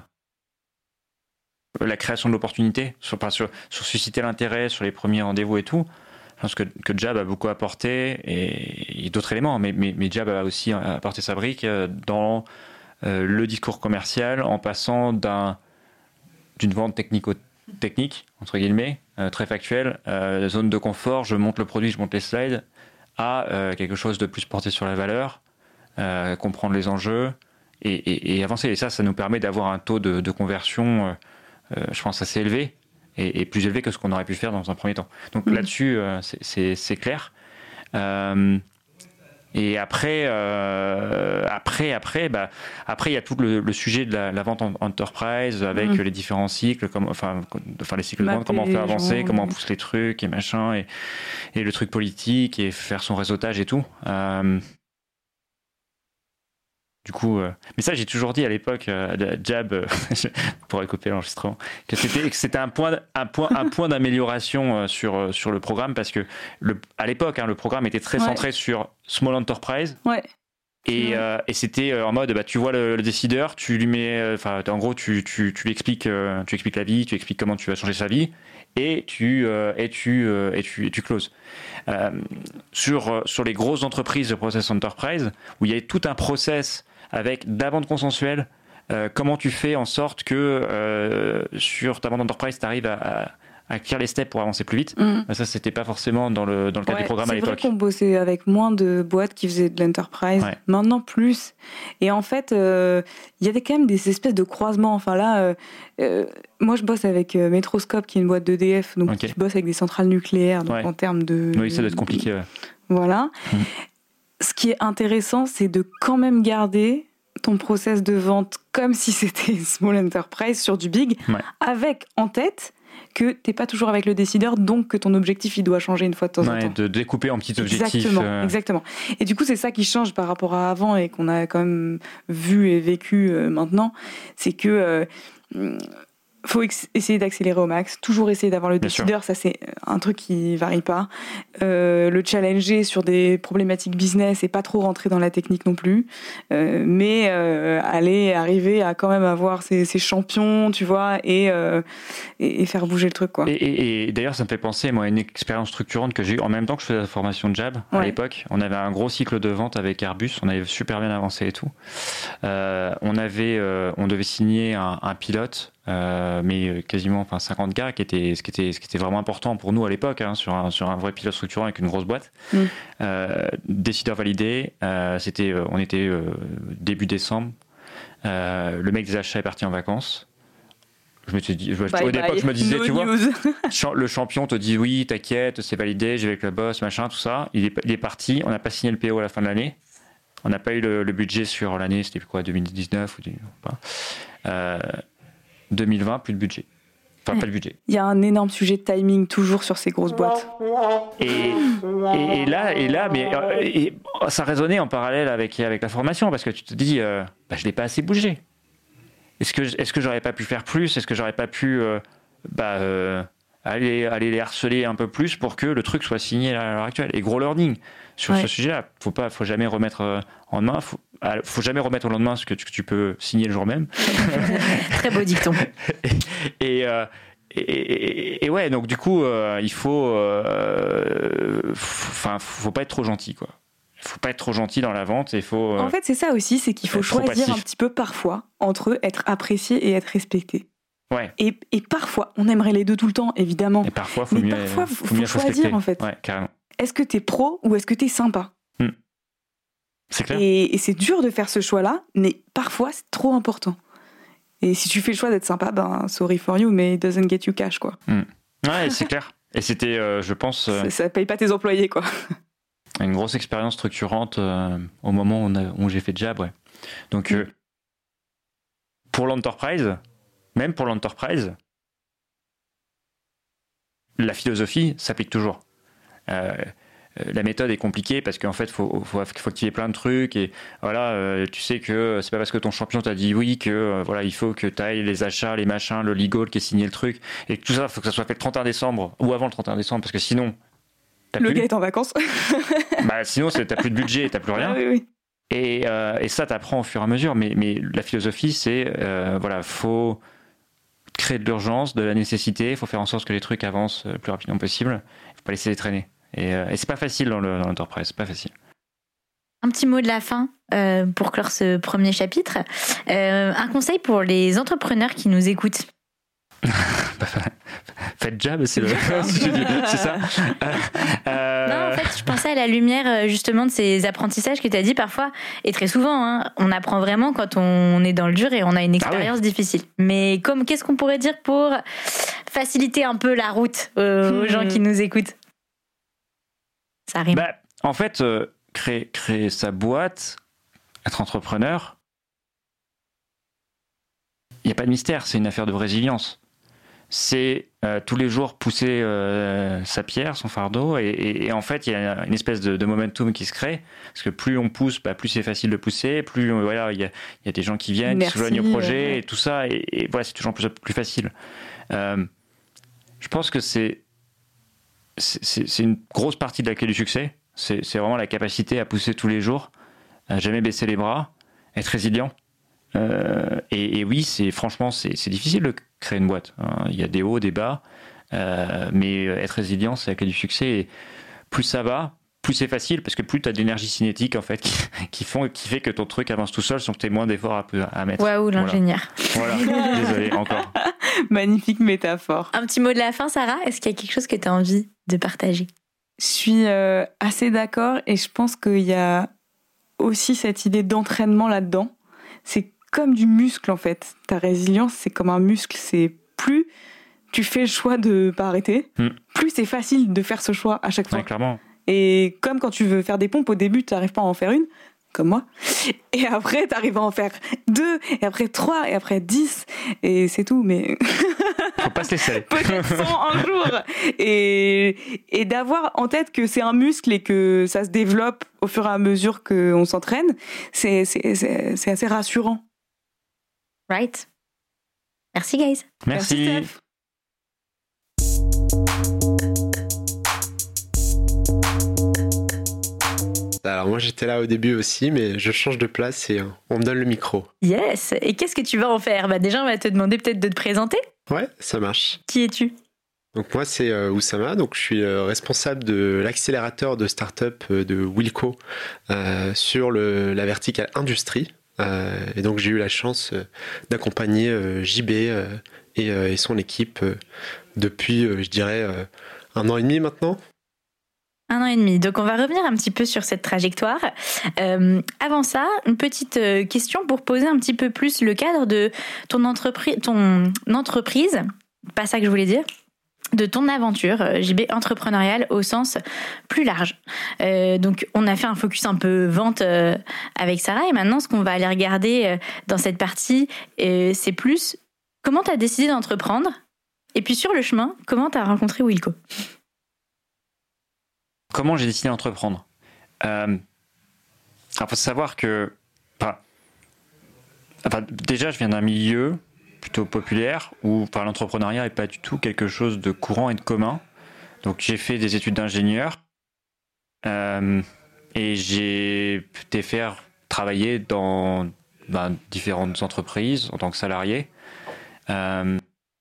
la création de l'opportunité, sur, sur, sur susciter l'intérêt, sur les premiers rendez-vous et tout. Je pense que, que Jab a beaucoup apporté et, et d'autres éléments, mais, mais, mais Jab a aussi apporté sa brique dans euh, le discours commercial en passant d'un, d'une vente technico-technique, entre guillemets, euh, très factuelle, euh, zone de confort, je monte le produit, je monte les slides, à euh, quelque chose de plus porté sur la valeur, euh, comprendre les enjeux et, et, et avancer. Et ça, ça nous permet d'avoir un taux de, de conversion, euh, euh, je pense, assez élevé. Et, et plus élevé que ce qu'on aurait pu faire dans un premier temps. Donc mmh. là-dessus, euh, c'est, c'est, c'est clair. Euh, et après, euh, après, après, bah, après, il y a tout le, le sujet de la, la vente en enterprise avec mmh. les différents cycles, comme, enfin, enfin les cycles de vente, comment on fait avancer, gens, comment on pousse les trucs et machin, et, et le truc politique et faire son réseautage et tout. Euh, Du coup, euh... mais ça j'ai toujours dit à l'époque, euh, Jab, euh, je pourrais couper l'enregistrement, que c'était, que c'était un point, un point, un point d'amélioration euh, sur euh, sur le programme parce que le, à l'époque, hein, le programme était très ouais. centré sur small enterprise. Ouais. Et, ouais. euh, et c'était euh, en mode, bah tu vois le, le décideur, tu lui mets, enfin euh, en gros tu tu tu lui expliques, euh, tu expliques la vie, tu expliques comment tu vas changer sa vie, et tu euh, et tu euh, et tu et tu closes. Euh, sur sur les grosses entreprises de process enterprise où il y a tout un process avec de la vente consensuelle, euh, comment tu fais en sorte que euh, sur ta vente d'entreprise, tu arrives à, à, à acquérir les steps pour avancer plus vite. Mmh. Ça, c'était pas forcément dans le, dans le cadre ouais, du programme à l'époque. C'est vrai qu'on bossait avec moins de boîtes qui faisaient de l'enterprise, ouais. Maintenant plus. Et en fait, il euh, y avait quand même des espèces de croisements. Enfin là, euh, euh, moi je bosse avec euh, Metroscope, qui est une boîte d'E D F, donc okay. Je bosse avec des centrales nucléaires, donc ouais. En termes de... Oui, ça doit être compliqué. Ouais. Voilà. Mmh. Ce qui est intéressant, c'est de quand même garder ton process de vente comme si c'était small enterprise sur du big, ouais. Avec en tête que t'es pas toujours avec le décideur, donc que ton objectif il doit changer une fois de temps ouais, en temps. De découper en petits objectifs. Exactement, euh... exactement. Et du coup, c'est ça qui change par rapport à avant et qu'on a quand même vu et vécu euh, maintenant, c'est que euh, faut ex- essayer d'accélérer au max, toujours essayer d'avoir le Bien décideur, sûr. Ça c'est un truc qui varie pas. Euh, le challenger sur des problématiques business et pas trop rentrer dans la technique non plus, euh, mais euh, aller arriver à quand même avoir ces, ces champions, tu vois, et, euh, et, et faire bouger le truc, quoi. Et, et, et d'ailleurs, ça me fait penser, moi, à une expérience structurante que j'ai eue en même temps que je faisais la formation de Jab à Ouais. l'époque. On avait un gros cycle de vente avec Airbus, on avait super bien avancé et tout. Euh, on avait, euh, on devait signer un, un pilote. Euh, mais quasiment enfin cinquante gars, qui était, ce, qui était, ce qui était vraiment important pour nous à l'époque, hein, sur, un, sur un vrai pilote structurant avec une grosse boîte. Mm. Euh, décideur validé, euh, c'était, on était euh, début décembre. Euh, le mec des achats est parti en vacances. Je me suis dit, je, Bye au départ, bye. je me disais, No tu news. vois, le champion te dit oui, t'inquiète, c'est validé, j'ai avec le boss, machin, tout ça. Il est, il est parti, on n'a pas signé le P O à la fin de l'année. On n'a pas eu le, le budget sur l'année, c'était quoi, deux mille dix-neuf ou pas. Euh, deux mille vingt, plus de budget. Enfin, pas de budget. Il y a un énorme sujet de timing toujours sur ces grosses boîtes. Et, et, et là, et là mais, et, ça résonnait en parallèle avec, avec la formation, parce que tu te dis, euh, bah, je n'ai pas assez bougé. Est-ce que, est-ce que j'aurais pas pu faire plus ? Est-ce que j'aurais pas pu euh, bah, euh, aller, aller les harceler un peu plus pour que le truc soit signé à l'heure actuelle ? Et gros learning sur Ouais. ce sujet-là. Faut pas, faut jamais remettre en main. Faut, faut jamais remettre au lendemain ce que tu, tu peux signer le jour même. Très beau dicton. et, et, euh, et, et, et ouais, donc du coup, euh, il faut, enfin, euh, faut pas être trop gentil, quoi. Faut pas être trop gentil dans la vente. Il faut. Euh, en fait, c'est ça aussi, c'est qu'il faut être trop choisir passif. un petit peu parfois entre être apprécié et être respecté. Ouais. Et, et parfois, on aimerait les deux tout le temps, évidemment. Et parfois, faut Mais mieux. parfois, faut, faut mieux faut se choisir, respecter. en fait. Ouais, carrément. Est-ce que t'es pro ou est-ce que t'es sympa ? C'est clair. Et, et c'est dur de faire ce choix-là, mais parfois, c'est trop important. Et si tu fais le choix d'être sympa, ben, sorry for you, mais it doesn't get you cash, quoi. Mm. Ouais, c'est clair. Et c'était, euh, je pense, euh, Ça, ça paye pas tes employés, quoi. une grosse expérience structurante euh, au moment où, on a, où j'ai fait Jab, ouais. Donc, Mm. euh, pour l'enterprise, même pour l'enterprise, la philosophie s'applique toujours. Euh, la méthode est compliquée parce qu'en fait, il faut, faut, faut activer plein de trucs et voilà, euh, tu sais que c'est pas parce que ton champion t'a dit oui que euh, voilà, il faut que tu ailles les achats, les machins, le legal qui est signé le truc et que tout ça, il faut que ça soit fait le trente et un décembre ou avant le trente et un décembre parce que sinon, t'as Le plus. gars est en vacances. Bah, sinon, c'est, t'as plus de budget, t'as plus rien. Ah, oui, oui. Et, euh, et ça, t'apprends au fur et à mesure. Mais, mais la philosophie, c'est euh, voilà, faut créer de l'urgence, de la nécessité. Il faut faire en sorte que les trucs avancent le plus rapidement possible. Il faut pas laisser les traîner. Et, euh, et c'est pas facile dans, le, dans l'entreprise. C'est pas facile. Un petit mot de la fin euh, pour clore ce premier chapitre. Euh, un conseil pour les entrepreneurs qui nous écoutent. Faites Jab, c'est, le... c'est ça. Euh... Non, en fait, je pensais à la lumière justement de ces apprentissages que tu as dit parfois, et très souvent, hein, on apprend vraiment quand on est dans le dur et on a une expérience ah ouais. difficile. Mais comme, qu'est-ce qu'on pourrait dire pour faciliter un peu la route euh, aux mmh. gens qui nous écoutent ? Ça rime. Bah, en fait, euh, créer, créer sa boîte, être entrepreneur, il n'y a pas de mystère, c'est une affaire de résilience. C'est euh, tous les jours pousser euh, sa pierre, son fardeau, et, et, et en fait, il y a une espèce de, de momentum qui se crée, parce que plus on pousse, bah, plus c'est facile de pousser, plus euh, voilà, il y a, il y a des gens qui viennent, Merci, qui se joignent au projet, euh... et tout ça, et, et voilà, c'est toujours plus, plus facile. Euh, je pense que c'est, c'est, c'est, c'est une grosse partie de la clé du succès, c'est, c'est vraiment la capacité à pousser tous les jours, à jamais baisser les bras, être résilient. Euh, et, et oui, c'est franchement, c'est, c'est difficile de créer une boîte. Hein. Il y a des hauts, des bas, euh, mais être résilient, c'est la clé du succès. Et plus ça va, plus c'est facile, parce que plus tu as de l'énergie cinétique en fait, qui, qui, font, qui fait que ton truc avance tout seul sans que tu aies moins d'efforts à, à mettre. Waouh, l'ingénieur. Voilà, voilà. Désolé, encore. Magnifique métaphore. Un petit mot de la fin, Sarah. Est-ce qu'il y a quelque chose que tu as envie de partager ? Je suis euh, assez d'accord, et je pense qu'il y a aussi cette idée d'entraînement là-dedans. C'est comme du muscle en fait. Ta résilience, c'est comme un muscle. C'est plus tu fais le choix de pas arrêter, mm. plus c'est facile de faire ce choix à chaque fois. Ouais, clairement. Et comme quand tu veux faire des pompes, au début, tu n'arrives pas à en faire une, comme moi. Et après, tu arrives à en faire deux, et après trois, et après dix, et c'est tout. Mais faut pas se laisser. Peut-être cent un jour. Et, et d'avoir en tête que c'est un muscle et que ça se développe au fur et à mesure qu'on s'entraîne, c'est, c'est, c'est, c'est assez rassurant. Right. Merci, guys. Merci. Merci, Steph. Alors moi j'étais là au début aussi, mais je change de place et on me donne le micro. Yes. Et qu'est-ce que tu vas en faire ? Bah déjà, on va te demander peut-être de te présenter. Ouais, ça marche. Qui es-tu ? Donc moi c'est euh, Oussama, donc je suis euh, responsable de l'accélérateur de start-up euh, de Wilco euh, sur le, la verticale industrie. Euh, et donc j'ai eu la chance euh, d'accompagner euh, J B euh, et, euh, et son équipe euh, depuis, euh, je dirais, euh, un an et demi maintenant. Un an et demi. Donc, on va revenir un petit peu sur cette trajectoire. Euh, avant ça, une petite question pour poser un petit peu plus le cadre de ton entreprise, ton entreprise, pas ça que je voulais dire, de ton aventure J B entrepreneuriale au sens plus large. Euh, donc, on a fait un focus un peu vente euh, avec Sarah et maintenant, ce qu'on va aller regarder euh, dans cette partie, euh, c'est plus comment tu as décidé d'entreprendre et puis sur le chemin, comment tu as rencontré Wilco. Comment j'ai décidé d'entreprendre ? euh, Il faut savoir que, enfin, enfin, déjà, je viens d'un milieu plutôt populaire où enfin, l'entrepreneuriat n'est pas du tout quelque chose de courant et de commun. Donc, j'ai fait des études d'ingénieur euh, et j'ai été faire travailler dans ben, différentes entreprises en tant que salarié. Euh,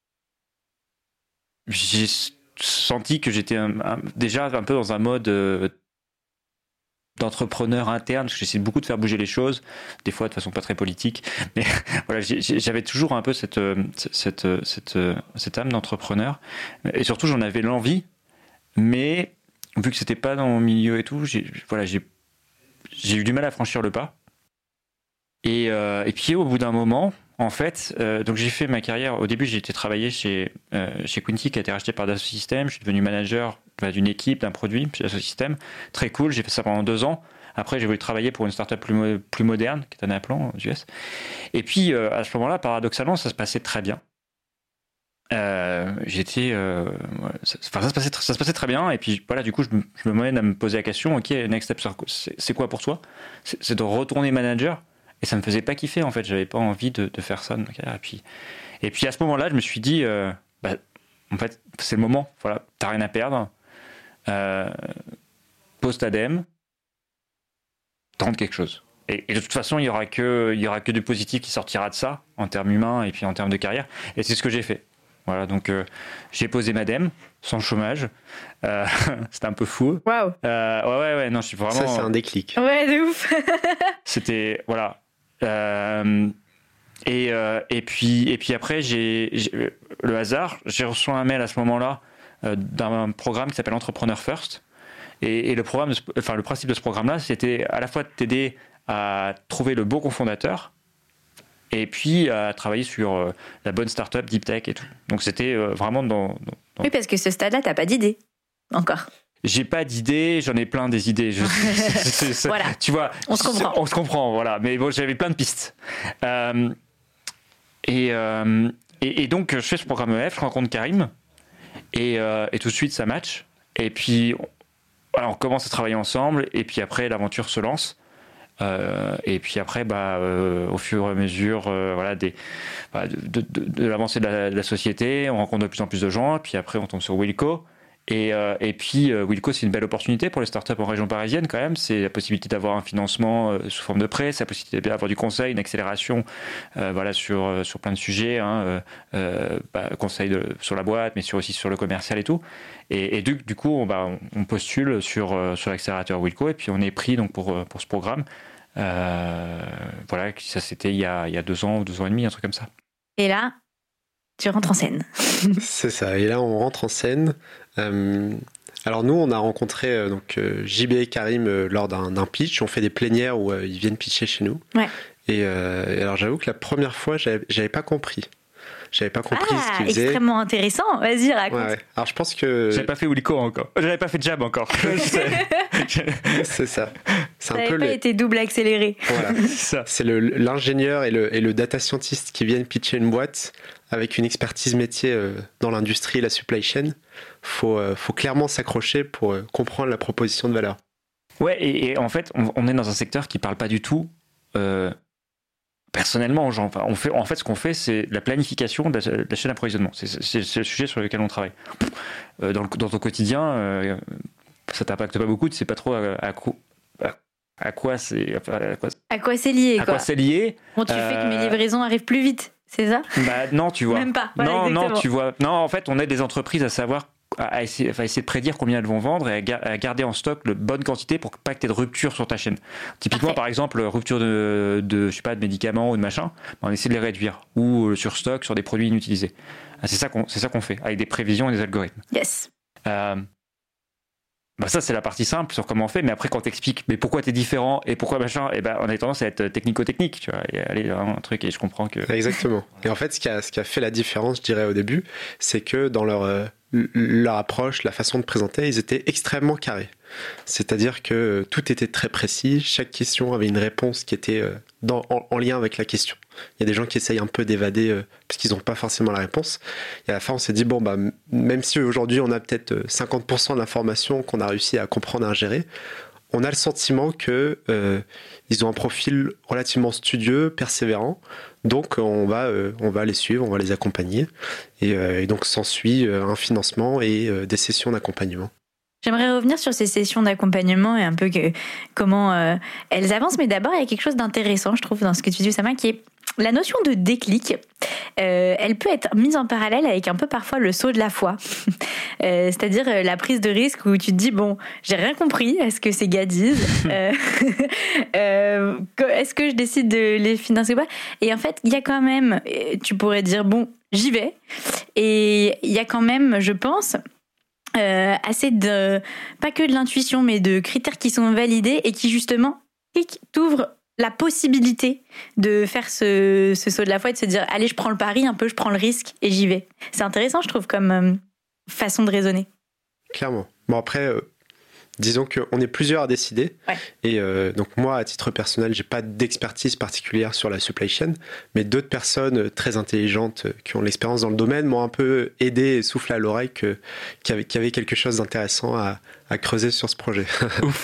j'ai senti que j'étais un, un, déjà un peu dans un mode euh, d'entrepreneur interne, parce que j'essaie beaucoup de faire bouger les choses, des fois de façon pas très politique, mais voilà, j'ai, j'avais toujours un peu cette, cette, cette, cette âme d'entrepreneur, et surtout j'en avais l'envie, mais vu que c'était pas dans mon milieu et tout, j'ai, voilà, j'ai, j'ai eu du mal à franchir le pas. Et, euh, et puis au bout d'un moment, en fait, euh, donc j'ai fait ma carrière. Au début, j'ai été travailler chez euh, chez Quinty, qui a été racheté par Dassault Systèmes. Je suis devenu manager bah, d'une équipe, d'un produit chez Dassault Systèmes. Très cool. J'ai fait ça pendant deux ans. Après, j'ai voulu travailler pour une startup plus mo- plus moderne, qui est un Aplan aux U S. Et puis à euh, ce moment-là, paradoxalement, ça se passait très bien. Euh, j'étais, euh, ça, enfin, ça se passait, ça se passait très bien. Et puis voilà, du coup, je me, je me mène à me poser la question. Ok, next step, c'est, c'est quoi pour toi ? c'est, c'est de retourner manager. Et ça me faisait pas kiffer, en fait. J'avais pas envie de, de faire ça de ma carrière. Et puis, et puis à ce moment-là, je me suis dit, euh, bah, en fait, c'est le moment. Voilà, t'as rien à perdre. Euh, pose ta dème. Tente quelque chose. Et, et de toute façon, il y aura que, il y aura que du positif qui sortira de ça, en termes humains et puis en termes de carrière. Et c'est ce que j'ai fait. Voilà, donc euh, j'ai posé ma dème, sans chômage. Euh, c'était un peu fou. Waouh. Euh, ouais, ouais, ouais, non, je suis vraiment. Ça, c'est un déclic. Ouais, de ouf. C'était, voilà. Euh, et, euh, et, puis, et puis après, j'ai, j'ai, le hasard, j'ai reçu un mail à ce moment-là euh, d'un programme qui s'appelle Entrepreneur First. Et, et le, programme de ce, enfin, le principe de ce programme-là, c'était à la fois de t'aider à trouver le bon cofondateur et puis à travailler sur euh, la bonne start-up, deep tech et tout. Donc c'était euh, vraiment dans, dans, dans... Oui, parce que ce stade-là, t'as pas d'idée encore. J'ai pas d'idées, j'en ai plein des idées. Je, c'est, c'est, c'est, voilà. Tu vois, on se comprend. On se comprend, voilà. Mais bon, j'avais plein de pistes. Euh, et, euh, et, et donc, je fais ce programme E F, je rencontre Karim, et, euh, et tout de suite, ça match. Et puis, on, voilà, on commence à travailler ensemble, et puis après, l'aventure se lance. Euh, et puis après, bah, euh, au fur et à mesure euh, voilà, des, bah, de, de, de, de l'avancée de la, de la société, on rencontre de plus en plus de gens, et puis après, on tombe sur Wilco. Et, euh, et puis, euh, Wilco, c'est une belle opportunité pour les startups en région parisienne quand même. C'est la possibilité d'avoir un financement euh, sous forme de prêt, c'est la possibilité d'avoir du conseil, une accélération euh, voilà, sur, euh, sur plein de sujets, hein, euh, bah, conseil de, sur la boîte, mais sur, aussi sur le commercial et tout. Et, et du, du coup, on, bah, on postule sur, euh, sur l'accélérateur Wilco et puis on est pris donc, pour, pour ce programme. Euh, voilà, ça c'était il y, a, il y a deux ans ou deux ans et demi, un truc comme ça. Et là, tu rentres en scène. C'est ça, et là on rentre en scène. Euh, alors nous on a rencontré euh, donc, euh, J B et Karim euh, lors d'un, d'un pitch, on fait des plénières où euh, ils viennent pitcher chez nous. Ouais. Et, euh, et alors j'avoue que la première fois j'avais, j'avais pas compris. J'avais pas compris ah, ce qu'ils faisaient. Extrêmement intéressant, vas-y raconte. Ouais, ouais. Alors je pense que... J'avais pas fait Wilco encore, j'avais pas fait Jab encore. C'est ça. C'est ça un peu pas le... été double accéléré. Voilà. C'est ça. C'est le, l'ingénieur et le, et le data scientist qui viennent pitcher une boîte avec une expertise métier euh, dans l'industrie et la supply chain. Faut, euh, faut clairement s'accrocher pour euh, comprendre la proposition de valeur. Ouais, et, et en fait, on, on est dans un secteur qui parle pas du tout euh, personnellement, genre, enfin, on fait, en fait, ce qu'on fait, c'est la planification de la, de la chaîne d'approvisionnement. C'est, c'est, c'est le sujet sur lequel on travaille. Euh, dans, le, dans ton quotidien, euh, ça t'impacte pas beaucoup, tu sais pas trop à, à, à, à quoi c'est, à quoi, à quoi c'est lié. À quoi. quoi c'est lié. Bon, tu euh... fais que mes livraisons arrivent plus vite, c'est ça? Bah non, tu vois. Même pas. Voilà, non, exactement. non, tu vois. Non, en fait, on aide des entreprises à savoir. À essayer, enfin, essayer de prédire combien elles vont vendre et à, ga- à garder en stock la bonne quantité pour pas que tu aies de rupture sur ta chaîne. Typiquement, Parfait. Par exemple, rupture de, de, je sais pas, de médicaments ou de machin, on essaie de les réduire. Ou euh, sur stock, sur des produits inutilisés. Ah, c'est ça qu'on, c'est ça qu'on fait, avec des prévisions et des algorithmes. Yes. Euh, bah ça, c'est la partie simple sur comment on fait, mais après, quand t'expliques mais pourquoi t'es différent et pourquoi machin, et ben, on a tendance à être technico-technique, tu vois, et aller vraiment un truc, et je comprends que. Exactement. Et en fait, ce qui a, ce qui a fait la différence, je dirais, au début, c'est que dans leur. Euh, leur approche, la façon de présenter, ils étaient extrêmement carrés. C'est-à-dire que tout était très précis, chaque question avait une réponse qui était dans, en, en lien avec la question. Il y a des gens qui essayent un peu d'évader euh, parce qu'ils n'ont pas forcément la réponse. Et à la fin, on s'est dit, bon, bah, même si aujourd'hui on a peut-être cinquante pour cent de l'information qu'on a réussi à comprendre et à gérer, on a le sentiment qu'ils euh, ont un profil relativement studieux, persévérant. Donc on va, euh, on va les suivre, on va les accompagner. Et, euh, et donc s'ensuit euh, un financement et euh, des sessions d'accompagnement. J'aimerais revenir sur ces sessions d'accompagnement et un peu que, comment euh, elles avancent. Mais d'abord, il y a quelque chose d'intéressant, je trouve, dans ce que tu dis, Oussama, qui est la notion de déclic. Euh, elle peut être mise en parallèle avec un peu parfois le saut de la foi. euh, c'est-à-dire euh, la prise de risque où tu te dis, bon, j'ai rien compris à ce que ces gars disent. euh, euh, est-ce que je décide de les financer ou pas? Et en fait, il y a quand même, tu pourrais dire, bon, j'y vais. Et il y a quand même, je pense... Euh, assez de, pas que de l'intuition, mais de critères qui sont validés et qui justement t'ouvrent la possibilité de faire ce, ce saut de la foi et de se dire allez, je prends le pari un peu, je prends le risque et j'y vais. C'est intéressant, je trouve, comme euh, façon de raisonner. Clairement. Bon, après, euh, disons qu'on est plusieurs à décider. Ouais. Et euh, donc moi, à titre personnel, j'ai pas d'expertise particulière sur la supply chain, mais d'autres personnes très intelligentes qui ont l'expérience dans le domaine m'ont un peu aidé et soufflé à l'oreille que, qu'il y avait, qu'il y avait quelque chose d'intéressant à, à creuser sur ce projet. Ouf.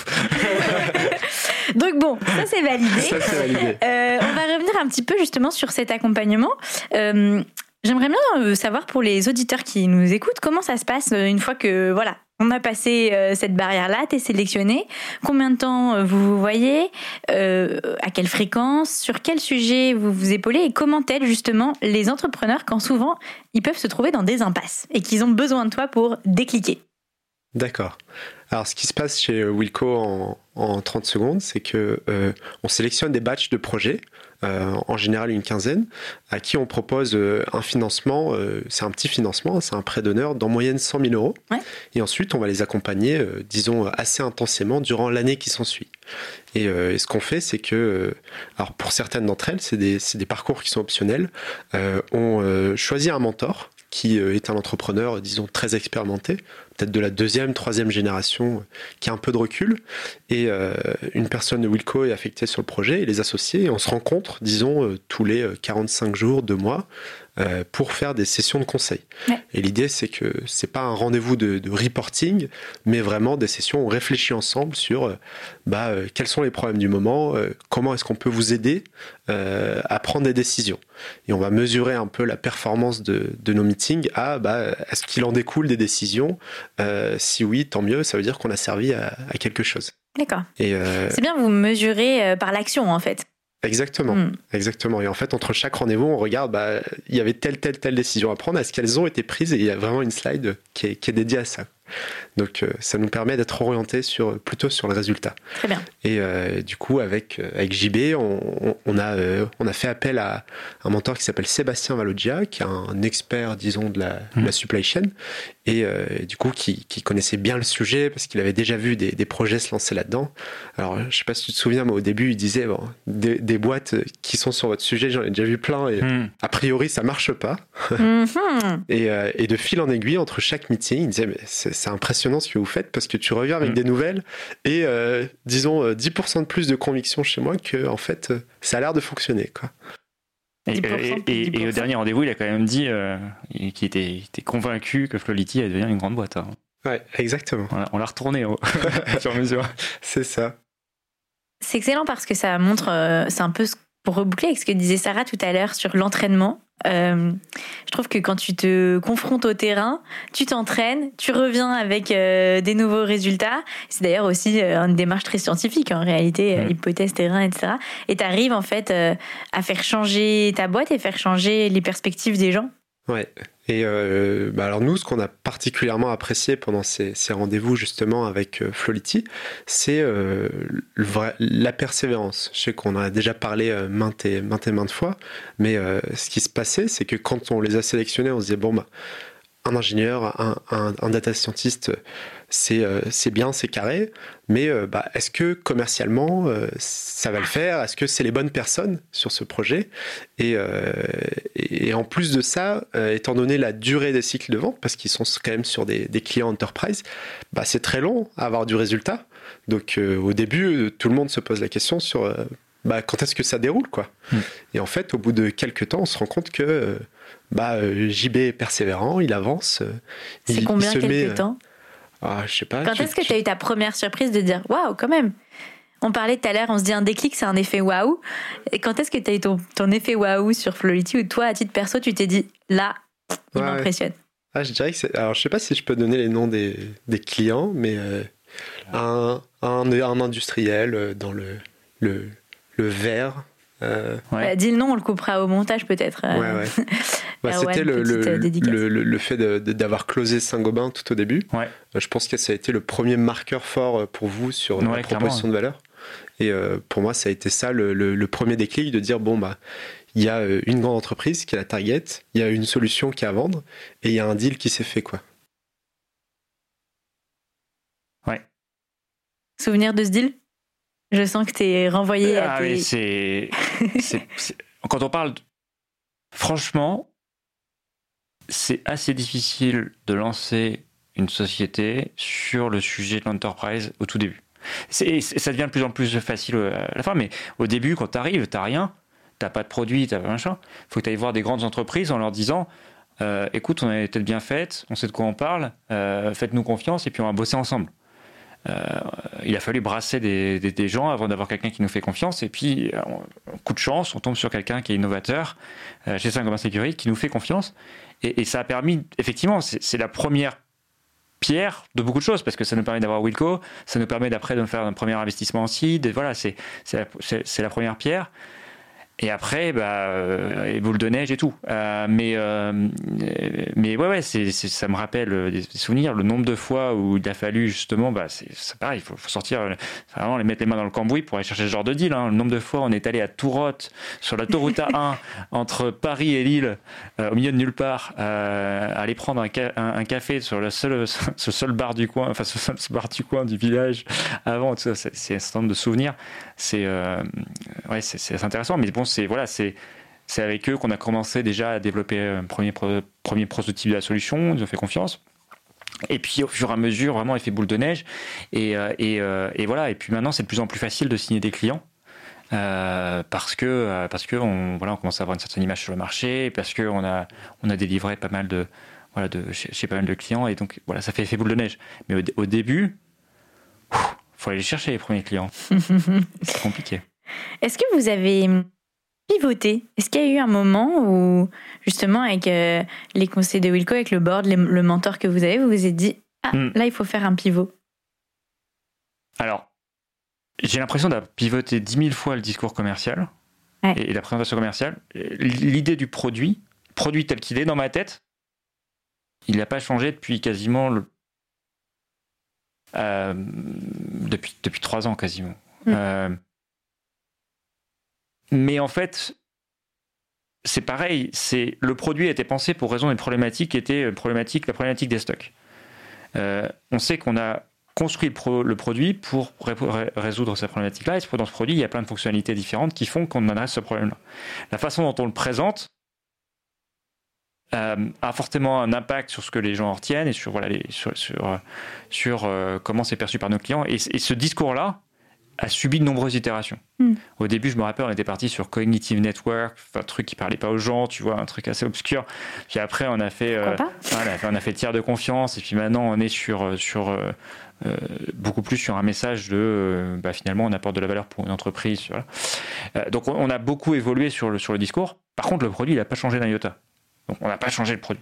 Donc bon, ça c'est validé. Ça, c'est validé. Euh, on va revenir un petit peu justement sur cet accompagnement. Euh, j'aimerais bien savoir pour les auditeurs qui nous écoutent, comment ça se passe une fois que voilà, on a passé euh, cette barrière-là, t'es sélectionné. Combien de temps vous vous voyez, euh, à quelle fréquence, sur quel sujet vous vous épaulez et comment t'aides justement les entrepreneurs quand souvent ils peuvent se trouver dans des impasses et qu'ils ont besoin de toi pour décliquer. D'accord. Alors, ce qui se passe chez Wilco en, en trente secondes, c'est que euh, on sélectionne des batchs de projets, euh, en général une quinzaine, à qui on propose euh, un financement, euh, c'est un petit financement, c'est un prêt d'honneur d'en moyenne cent mille euros. Ouais. Et ensuite, on va les accompagner, euh, disons, assez intensément durant l'année qui s'ensuit. Et, euh, et ce qu'on fait, c'est que, euh, alors pour certaines d'entre elles, c'est des, c'est des parcours qui sont optionnels. Euh, on euh, choisit un mentor qui est un entrepreneur, disons, très expérimenté, peut-être de la deuxième, troisième génération, qui a un peu de recul. Et euh, une personne de Wilco est affectée sur le projet, et les associés, et on se rencontre, disons, euh, tous les quarante-cinq jours, deux mois, euh, pour faire des sessions de conseil. Ouais. Et l'idée, c'est que c'est pas un rendez-vous de, de reporting, mais vraiment des sessions où on réfléchit ensemble sur euh, bah, euh, quels sont les problèmes du moment, euh, comment est-ce qu'on peut vous aider euh, à prendre des décisions. Et on va mesurer un peu la performance de, de nos meetings à bah, est-ce qu'il en découle des décisions. Euh, si oui, tant mieux, ça veut dire qu'on a servi à, à quelque chose. D'accord. Et euh... C'est bien, vous mesurez par l'action en fait. Exactement, mmh. exactement. Et en fait, entre chaque rendez-vous, on regarde, bah, il y avait telle, telle, telle décision à prendre, est-ce qu'elles ont été prises? Et il y a vraiment une slide qui est, qui est dédiée à ça. Donc, euh, ça nous permet d'être orientés sur, plutôt sur le résultat. Très bien. Et euh, du coup, avec, avec J B, on, on, a, euh, on a fait appel à un mentor qui s'appelle Sébastien Valogia, qui est un expert, disons, de la, mmh. de la supply chain, et euh, du coup, qui, qui connaissait bien le sujet, parce qu'il avait déjà vu des, des projets se lancer là-dedans. Alors, je ne sais pas si tu te souviens, mais au début, il disait, bon, des, des boîtes qui sont sur votre sujet, j'en ai déjà vu plein, et mmh. a priori, ça ne marche pas. Mmh. et, euh, et de fil en aiguille, entre chaque meeting, il disait, mais c'est, c'est impressionnant ce que vous faites, parce que tu reviens avec mmh. des nouvelles, et euh, disons, dix pour cent de plus de conviction chez moi que, en fait, ça a l'air de fonctionner, quoi. Et, et, et, et au dernier rendez-vous, il a quand même dit euh, qu'il était, était convaincu que Flowlity allait devenir une grande boîte. Hein. Ouais, exactement. On l'a, on l'a retourné au sur mesure. C'est ça. C'est excellent parce que ça montre, euh, c'est un peu ce pour reboucler avec ce que disait Sarah tout à l'heure sur l'entraînement, euh, je trouve que quand tu te confrontes au terrain, tu t'entraînes, tu reviens avec euh, des nouveaux résultats. C'est d'ailleurs aussi euh, une démarche très scientifique en réalité, euh, hypothèse, terrain, et cetera. Et tu arrives en fait euh, à faire changer ta boîte et faire changer les perspectives des gens. Ouais. Et euh, bah alors nous, ce qu'on a particulièrement apprécié pendant ces, ces rendez-vous justement avec euh, Flowlity, c'est euh, le vrai, la persévérance. Je sais qu'on en a déjà parlé euh, maintes et maintes et maintes fois, mais euh, ce qui se passait, c'est que quand on les a sélectionnés, on se disait bon bah un ingénieur, un, un, un data scientist, c'est, euh, c'est bien, c'est carré, mais euh, bah, est-ce que commercialement, euh, ça va le faire ? Est-ce que c'est les bonnes personnes sur ce projet ? et, euh, et en plus de ça, euh, étant donné la durée des cycles de vente, parce qu'ils sont quand même sur des, des clients enterprise, bah, c'est très long à avoir du résultat. Donc euh, au début, tout le monde se pose la question sur euh, bah, quand est-ce que ça déroule, quoi. Mmh. Et en fait, au bout de quelques temps, on se rend compte que euh, bah, euh, J B est persévérant, il avance. Euh, c'est il, combien, il se quelques met, temps Ah, je sais pas. Quand tu, est-ce que tu as eu ta première surprise de dire waouh, quand même? On parlait tout à l'heure, on se dit un déclic, c'est un effet waouh. Et quand est-ce que tu as eu ton, ton effet waouh sur Flowlity, où toi, à titre perso, tu t'es dit là, il ouais, m'impressionne? Ah, je dirais que c'est. Alors, je sais pas si je peux donner les noms des, des clients, mais euh, un, un, un industriel dans le, le, le verre. Euh... Ouais. Bah, dis le nom, on le coupera au montage peut-être. Ouais, ouais. Bah, c'était le, le, le, le fait de, de, d'avoir closé Saint-Gobain tout au début. Ouais. Euh, je pense que ça a été le premier marqueur fort pour vous sur ouais, la proposition de valeur. Et euh, pour moi, ça a été ça le, le, le premier déclic, de dire bon, bah, il y a une grande entreprise qui est la target, il y a une solution qui est à vendre, et il y a un deal qui s'est fait, quoi. Ouais. Souvenir de ce deal ? Je sens que t'es renvoyé ah, à tes... Oui, c'est, c'est, c'est... Quand on parle... De... Franchement, c'est assez difficile de lancer une société sur le sujet de l'enterprise au tout début. C'est, ça devient de plus en plus facile à la fin, mais au début, quand tu arrives, tu n'as rien, tu n'as pas de produit, tu n'as pas machin. Il faut que tu ailles voir des grandes entreprises en leur disant euh, écoute, on a des têtes bien faites, on sait de quoi on parle, euh, faites-nous confiance et puis on va bosser ensemble. Euh, il a fallu brasser des, des, des gens avant d'avoir quelqu'un qui nous fait confiance, et puis on, coup de chance, on tombe sur quelqu'un qui est innovateur euh, chez Saint-Gobain Sécurité qui nous fait confiance, et, et ça a permis, effectivement, c'est, c'est la première pierre de beaucoup de choses, parce que ça nous permet d'avoir Wilco, ça nous permet d'après de faire un premier investissement en seed, voilà, c'est, c'est, la, c'est, c'est la première pierre. Et après, bah, euh, et boule de neige et tout. Euh, mais, euh, mais ouais, ouais, c'est, c'est, ça me rappelle des souvenirs. Le nombre de fois où il a fallu justement, bah, c'est, c'est pareil, il faut, faut sortir, vraiment les mettre les mains dans le cambouis pour aller chercher ce genre de deal. Hein. Le nombre de fois, on est allé à Tourotte sur l'autoroute A un entre Paris et Lille, euh, au milieu de nulle part, euh, aller prendre un, ca- un, un café sur le seul, ce seul bar du coin, enfin ce seul bar du coin du village. Avant, tout ça, c'est, c'est un certain nombre de souvenirs. C'est, euh, ouais, c'est, c'est intéressant, mais bon. C'est, voilà, c'est, c'est avec eux qu'on a commencé déjà à développer un premier, pro, premier prototype de la solution, ils ont fait confiance. Et puis au fur et à mesure, vraiment, effet boule de neige. Et, et, et voilà, et puis maintenant, c'est de plus en plus facile de signer des clients. Euh, parce que, parce que on, voilà, on commence à avoir une certaine image sur le marché, parce qu'on a, on a délivré pas mal de, voilà, de, chez, chez pas mal de clients. Et donc, voilà, ça fait effet boule de neige. Mais au, au début, il faut aller chercher les premiers clients. C'est compliqué. Est-ce que vous avez pivoter? Est-ce qu'il y a eu un moment où, justement, avec euh, les conseils de Wilco, avec le board, les, le mentor que vous avez, vous vous êtes dit ah, mm. là, il faut faire un pivot? Alors, j'ai l'impression d'avoir pivoté dix mille fois le discours commercial ouais. et, et la présentation commerciale. L'idée du produit, produit tel qu'il est dans ma tête, il n'a pas changé depuis quasiment le, euh, depuis depuis trois ans quasiment. Mm. Euh, Mais en fait, c'est pareil. C'est, le produit a été pensé pour résoudre une problématique qui était problématique, la problématique des stocks. Euh, on sait qu'on a construit le, pro, le produit pour ré- résoudre cette problématique-là. Et dans ce produit, il y a plein de fonctionnalités différentes qui font qu'on adresse ce problème-là. La façon dont on le présente euh, a fortement un impact sur ce que les gens en retiennent et sur, voilà, les, sur, sur, sur euh, comment c'est perçu par nos clients. Et, et ce discours-là, a subi de nombreuses itérations. Mm. Au début, je me rappelle, on était parti sur Cognitive Network, un truc qui parlait pas aux gens, tu vois, un truc assez obscur. Puis après, on a fait, euh, on a fait, on a fait tiers de confiance, et puis maintenant, on est sur, sur euh, euh, beaucoup plus sur un message de, euh, bah, finalement, on apporte de la valeur pour une entreprise. Voilà. Euh, donc, on a beaucoup évolué sur le, sur le discours. Par contre, le produit, il n'a pas changé d'un iota. Donc, on n'a pas changé le produit.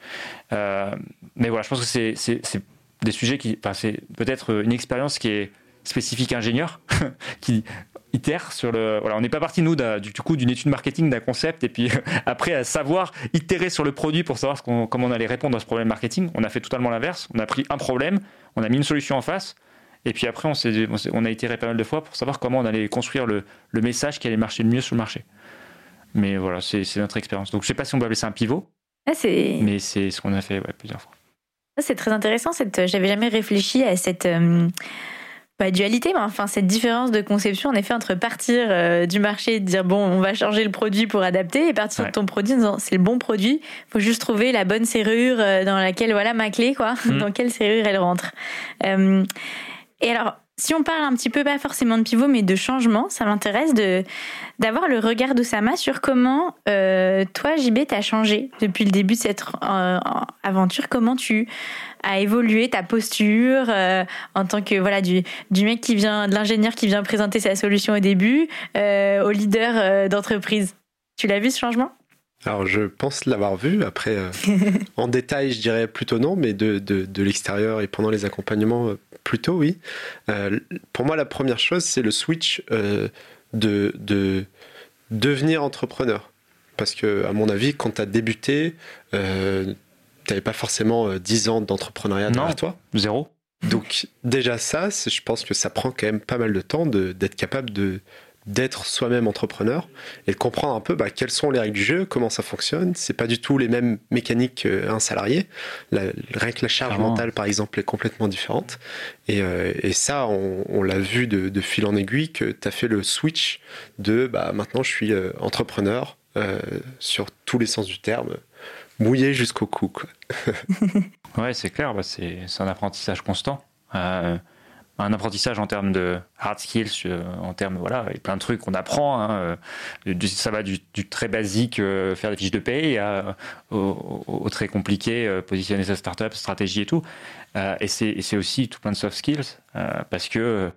Euh, mais voilà, je pense que c'est, c'est, c'est des sujets qui, enfin, c'est peut-être une expérience qui est spécifique ingénieur qui itère sur le. Voilà, on n'est pas parti nous du, du coup d'une étude marketing d'un concept et puis après à savoir itérer sur le produit pour savoir ce qu'on, comment on allait répondre à ce problème marketing. On a fait totalement l'inverse. On a pris un problème, on a mis une solution en face et puis après on, s'est, on, s'est, on a itéré pas mal de fois pour savoir comment on allait construire le, le message qui allait marcher le mieux sur le marché. Mais voilà, c'est, c'est notre expérience. Donc je sais pas si on peut appeler ça un pivot, ah, c'est... mais c'est ce qu'on a fait ouais, plusieurs fois. C'est très intéressant. Cette... J'avais jamais réfléchi à cette. Euh... Pas dualité, mais enfin cette différence de conception en effet entre partir euh, du marché et dire bon on va changer le produit pour adapter et partir ouais. de ton produit en disant c'est le bon produit, faut juste trouver la bonne serrure euh, dans laquelle voilà ma clé quoi, mmh. dans quelle serrure elle rentre. Euh, et alors si on parle un petit peu pas forcément de pivot mais de changement, ça m'intéresse de d'avoir le regard d'Oussama sur comment euh, toi J B t'as changé depuis le début de cette euh, aventure, comment tu à évoluer ta posture euh, en tant que voilà du du mec qui vient de l'ingénieur qui vient présenter sa solution au début euh, au leader euh, d'entreprise. Tu l'as vu ce changement ? Alors je pense l'avoir vu. Après euh, en détail je dirais plutôt non, mais de de, de l'extérieur et pendant les accompagnements euh, plutôt oui. Euh, pour moi la première chose c'est le switch euh, de de devenir entrepreneur parce que à mon avis quand tu as débuté euh, tu n'avais pas forcément dix ans d'entrepreneuriat derrière toi. Zéro. Donc déjà ça, c'est, je pense que ça prend quand même pas mal de temps de, d'être capable de, d'être soi-même entrepreneur et de comprendre un peu bah, quelles sont les règles du jeu, comment ça fonctionne. C'est pas du tout les mêmes mécaniques qu'un salarié. La, rien que la charge Clairement. mentale, par exemple, est complètement différente. Et, euh, et ça, on, on l'a vu de, de fil en aiguille que tu as fait le switch de bah, maintenant je suis euh, entrepreneur euh, sur tous les sens du terme. Mouillé jusqu'au cou, quoi. Ouais, c'est clair, bah c'est, c'est un apprentissage constant. Euh, un apprentissage en termes de hard skills, euh, en termes, voilà, il y a plein de trucs qu'on apprend. Hein, euh, du, ça va du, du très basique, euh, faire des fiches de paye, à, au, au, au très compliqué, euh, positionner sa startup, stratégie et tout. Euh, et, c'est, et c'est aussi tout plein de soft skills, euh, parce que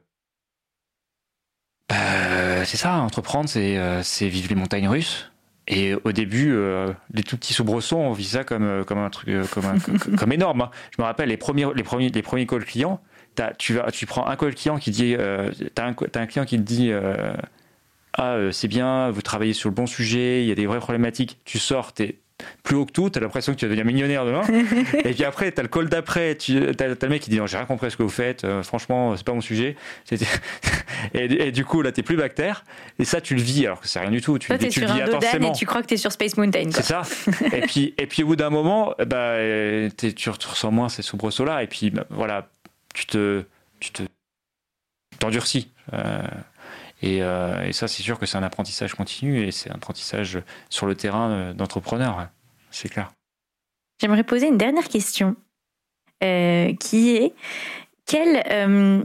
bah, c'est ça, entreprendre, c'est, euh, c'est vivre les montagnes russes. Et au début, euh, les tout petits soubresauts, on vit ça comme comme un truc comme un, comme, comme énorme. Hein. Je me rappelle les premiers les premiers les premiers calls clients. T'as, tu vas tu prends un call client qui dit euh, t'as un t'as un client qui te dit euh, ah euh, c'est bien, vous travaillez sur le bon sujet, il y a des vraies problématiques. Tu sors, t'es plus haut que tout, t'as l'impression que tu vas devenir millionnaire demain. Et puis après, t'as le call d'après, tu, t'as, t'as le mec qui dit non, j'ai rien compris à ce que vous faites, euh, franchement, c'est pas mon sujet. et, et du coup, là, t'es plus bactère. Et ça, tu le vis, alors que c'est rien du tout. Tu, Toi, t'es tu sur le vis un dodan et tu crois que t'es sur Space Mountain. Quoi. C'est ça. et, puis, et puis, au bout d'un moment, bah, tu, tu ressens moins ces soubresauts-là. Et puis, bah, voilà, tu te, tu te, t'endurcis. Euh, Et, euh, et ça, c'est sûr que c'est un apprentissage continu et c'est un apprentissage sur le terrain d'entrepreneur, c'est clair. J'aimerais poser une dernière question euh, qui est quelle euh,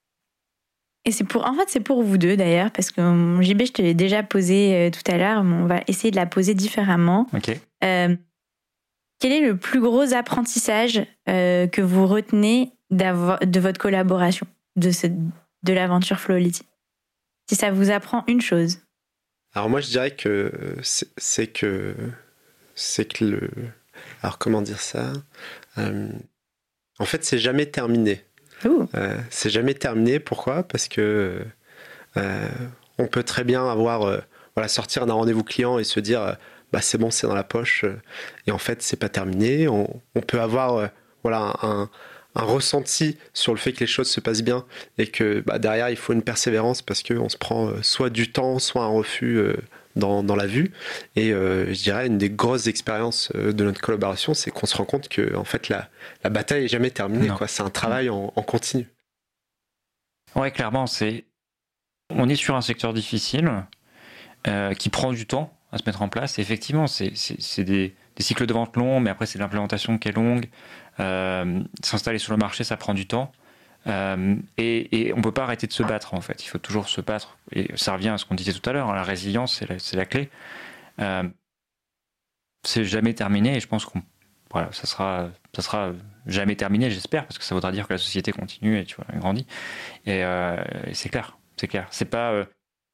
et c'est pour en fait c'est pour vous deux d'ailleurs parce que euh, J B je te l'ai déjà posé euh, tout à l'heure, mais on va essayer de la poser différemment. Ok. Euh, quel est le plus gros apprentissage euh, que vous retenez d'avoir, de votre collaboration, de cette, de l'aventure Flowlity? Si ça vous apprend une chose. Alors moi je dirais que c'est, c'est que c'est que le alors comment dire ça euh, en fait c'est jamais terminé. Euh, c'est jamais terminé. Pourquoi? Parce que euh, on peut très bien avoir euh, voilà sortir d'un rendez-vous client et se dire euh, bah c'est bon, c'est dans la poche euh, et en fait c'est pas terminé. On, on peut avoir euh, voilà un un ressenti sur le fait que les choses se passent bien et que bah, derrière il faut une persévérance parce qu'on se prend euh, soit du temps soit un refus euh, dans, dans la vue et euh, je dirais une des grosses expériences euh, de notre collaboration c'est qu'on se rend compte que en fait la, la bataille est jamais terminée quoi. C'est un travail en, en continu. Ouais, clairement c'est on est sur un secteur difficile euh, qui prend du temps à se mettre en place et effectivement c'est, c'est, c'est des, des cycles de vente longs mais après c'est l'implémentation qui est longue. Euh, s'installer sur le marché, ça prend du temps. Euh, et, et on peut pas arrêter de se battre en fait. Il faut toujours se battre. Et ça revient à ce qu'on disait tout à l'heure. La résilience, c'est la, c'est la clé. Euh, c'est jamais terminé. Et je pense qu'on, voilà, ça sera, ça sera jamais terminé, j'espère, parce que ça voudra dire que la société continue et tu vois, grandit. Et, euh, et c'est clair, c'est clair. C'est pas, euh,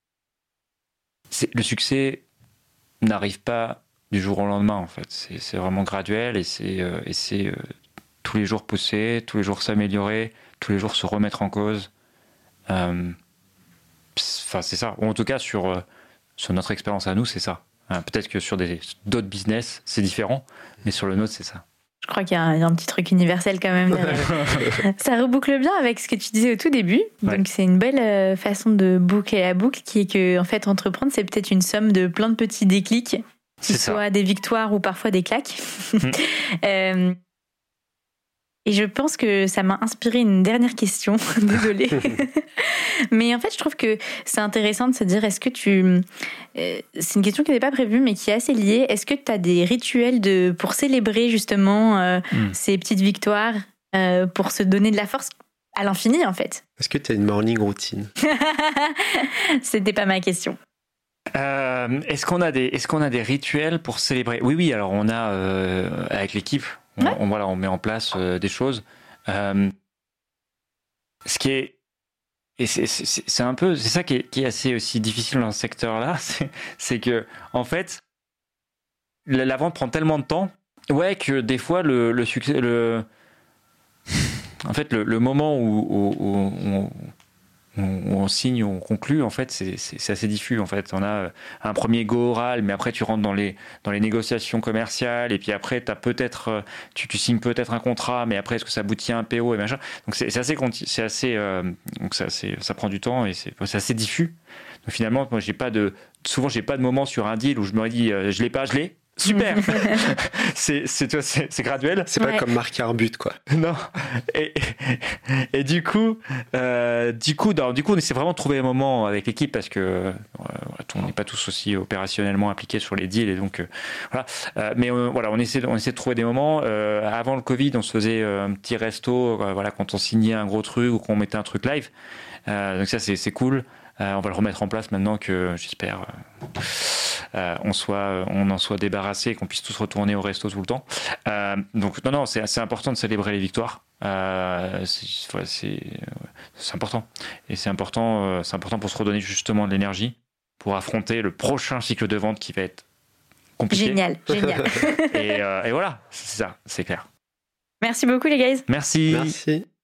c'est, le succès n'arrive pas du jour au lendemain en fait. C'est, c'est vraiment graduel et c'est, euh, et c'est euh, tous les jours pousser, tous les jours s'améliorer, tous les jours se remettre en cause. Euh, enfin, c'est ça. Ou en tout cas, sur, euh, sur notre expérience à nous, c'est ça. Euh, peut-être que sur des, d'autres business, c'est différent, mais sur le nôtre, c'est ça. Je crois qu'il y a un, il y a un petit truc universel quand même derrière. Ça reboucle bien avec ce que tu disais au tout début. Ouais. Donc c'est une belle façon de boucler la boucle qui est que, en fait, entreprendre, c'est peut-être une somme de plein de petits déclics, qui c'est soient ça. Des victoires ou parfois des claques. Mm. euh, Et je pense que ça m'a inspiré une dernière question. Désolée. Mais en fait, je trouve que c'est intéressant de se dire, est-ce que tu... C'est une question qui n'est pas prévue, mais qui est assez liée. Est-ce que tu as des rituels de... pour célébrer justement euh, mm. ces petites victoires, euh, pour se donner de la force à l'infini, en fait? Est-ce que tu as une morning routine? C'était pas ma question. Euh, est-ce qu'on a des, est-ce qu'on a des rituels pour célébrer? Oui, oui. Alors on a euh, avec l'équipe, on, ouais. on, voilà, on met en place euh, des choses. Euh, ce qui est, et c'est, c'est, c'est un peu, c'est ça qui est, qui est assez aussi difficile dans ce secteur-là, c'est, c'est que en fait, la, la vente prend tellement de temps, ouais, que des fois le, le succès, le, en fait, le, le moment où, où, où on où on signe, où on conclut, en fait, c'est, c'est, c'est assez diffus. En fait, on a un premier go oral, mais après tu rentres dans les dans les négociations commerciales, et puis après t'as peut-être tu, tu signes peut-être un contrat, mais après est-ce que ça aboutit à un P O et machin. Donc c'est, c'est assez c'est assez euh, donc c'est assez, ça prend du temps et c'est, c'est assez diffus. Donc finalement, moi j'ai pas de souvent j'ai pas de moment sur un deal où je me dis euh, je l'ai pas, je l'ai. Super. c'est, c'est, tu vois, c'est, c'est graduel. C'est pas ouais. comme marquer un but, quoi. Non. Et, et, et du coup, euh, du coup, non, du coup, on essaie vraiment de trouver un moment avec l'équipe parce que euh, on n'est pas tous aussi opérationnellement impliqués sur les deals et donc euh, voilà. Euh, mais euh, voilà, on essaie, on essaie de trouver des moments. Euh, avant le Covid, on se faisait un petit resto, euh, voilà, quand on signait un gros truc ou qu'on mettait un truc live. Euh, donc ça, c'est, c'est cool. Euh, on va le remettre en place maintenant que j'espère euh, euh, on soit, on en soit débarrassé et qu'on puisse tous retourner au resto tout le temps. Euh, donc non, non, c'est assez important de célébrer les victoires. Euh, c'est, voilà, c'est, c'est important et c'est important, euh, c'est important pour se redonner justement de l'énergie pour affronter le prochain cycle de vente qui va être compliqué. Génial, génial. et, euh, et voilà, c'est ça, c'est clair. Merci beaucoup les guys. Merci. Merci.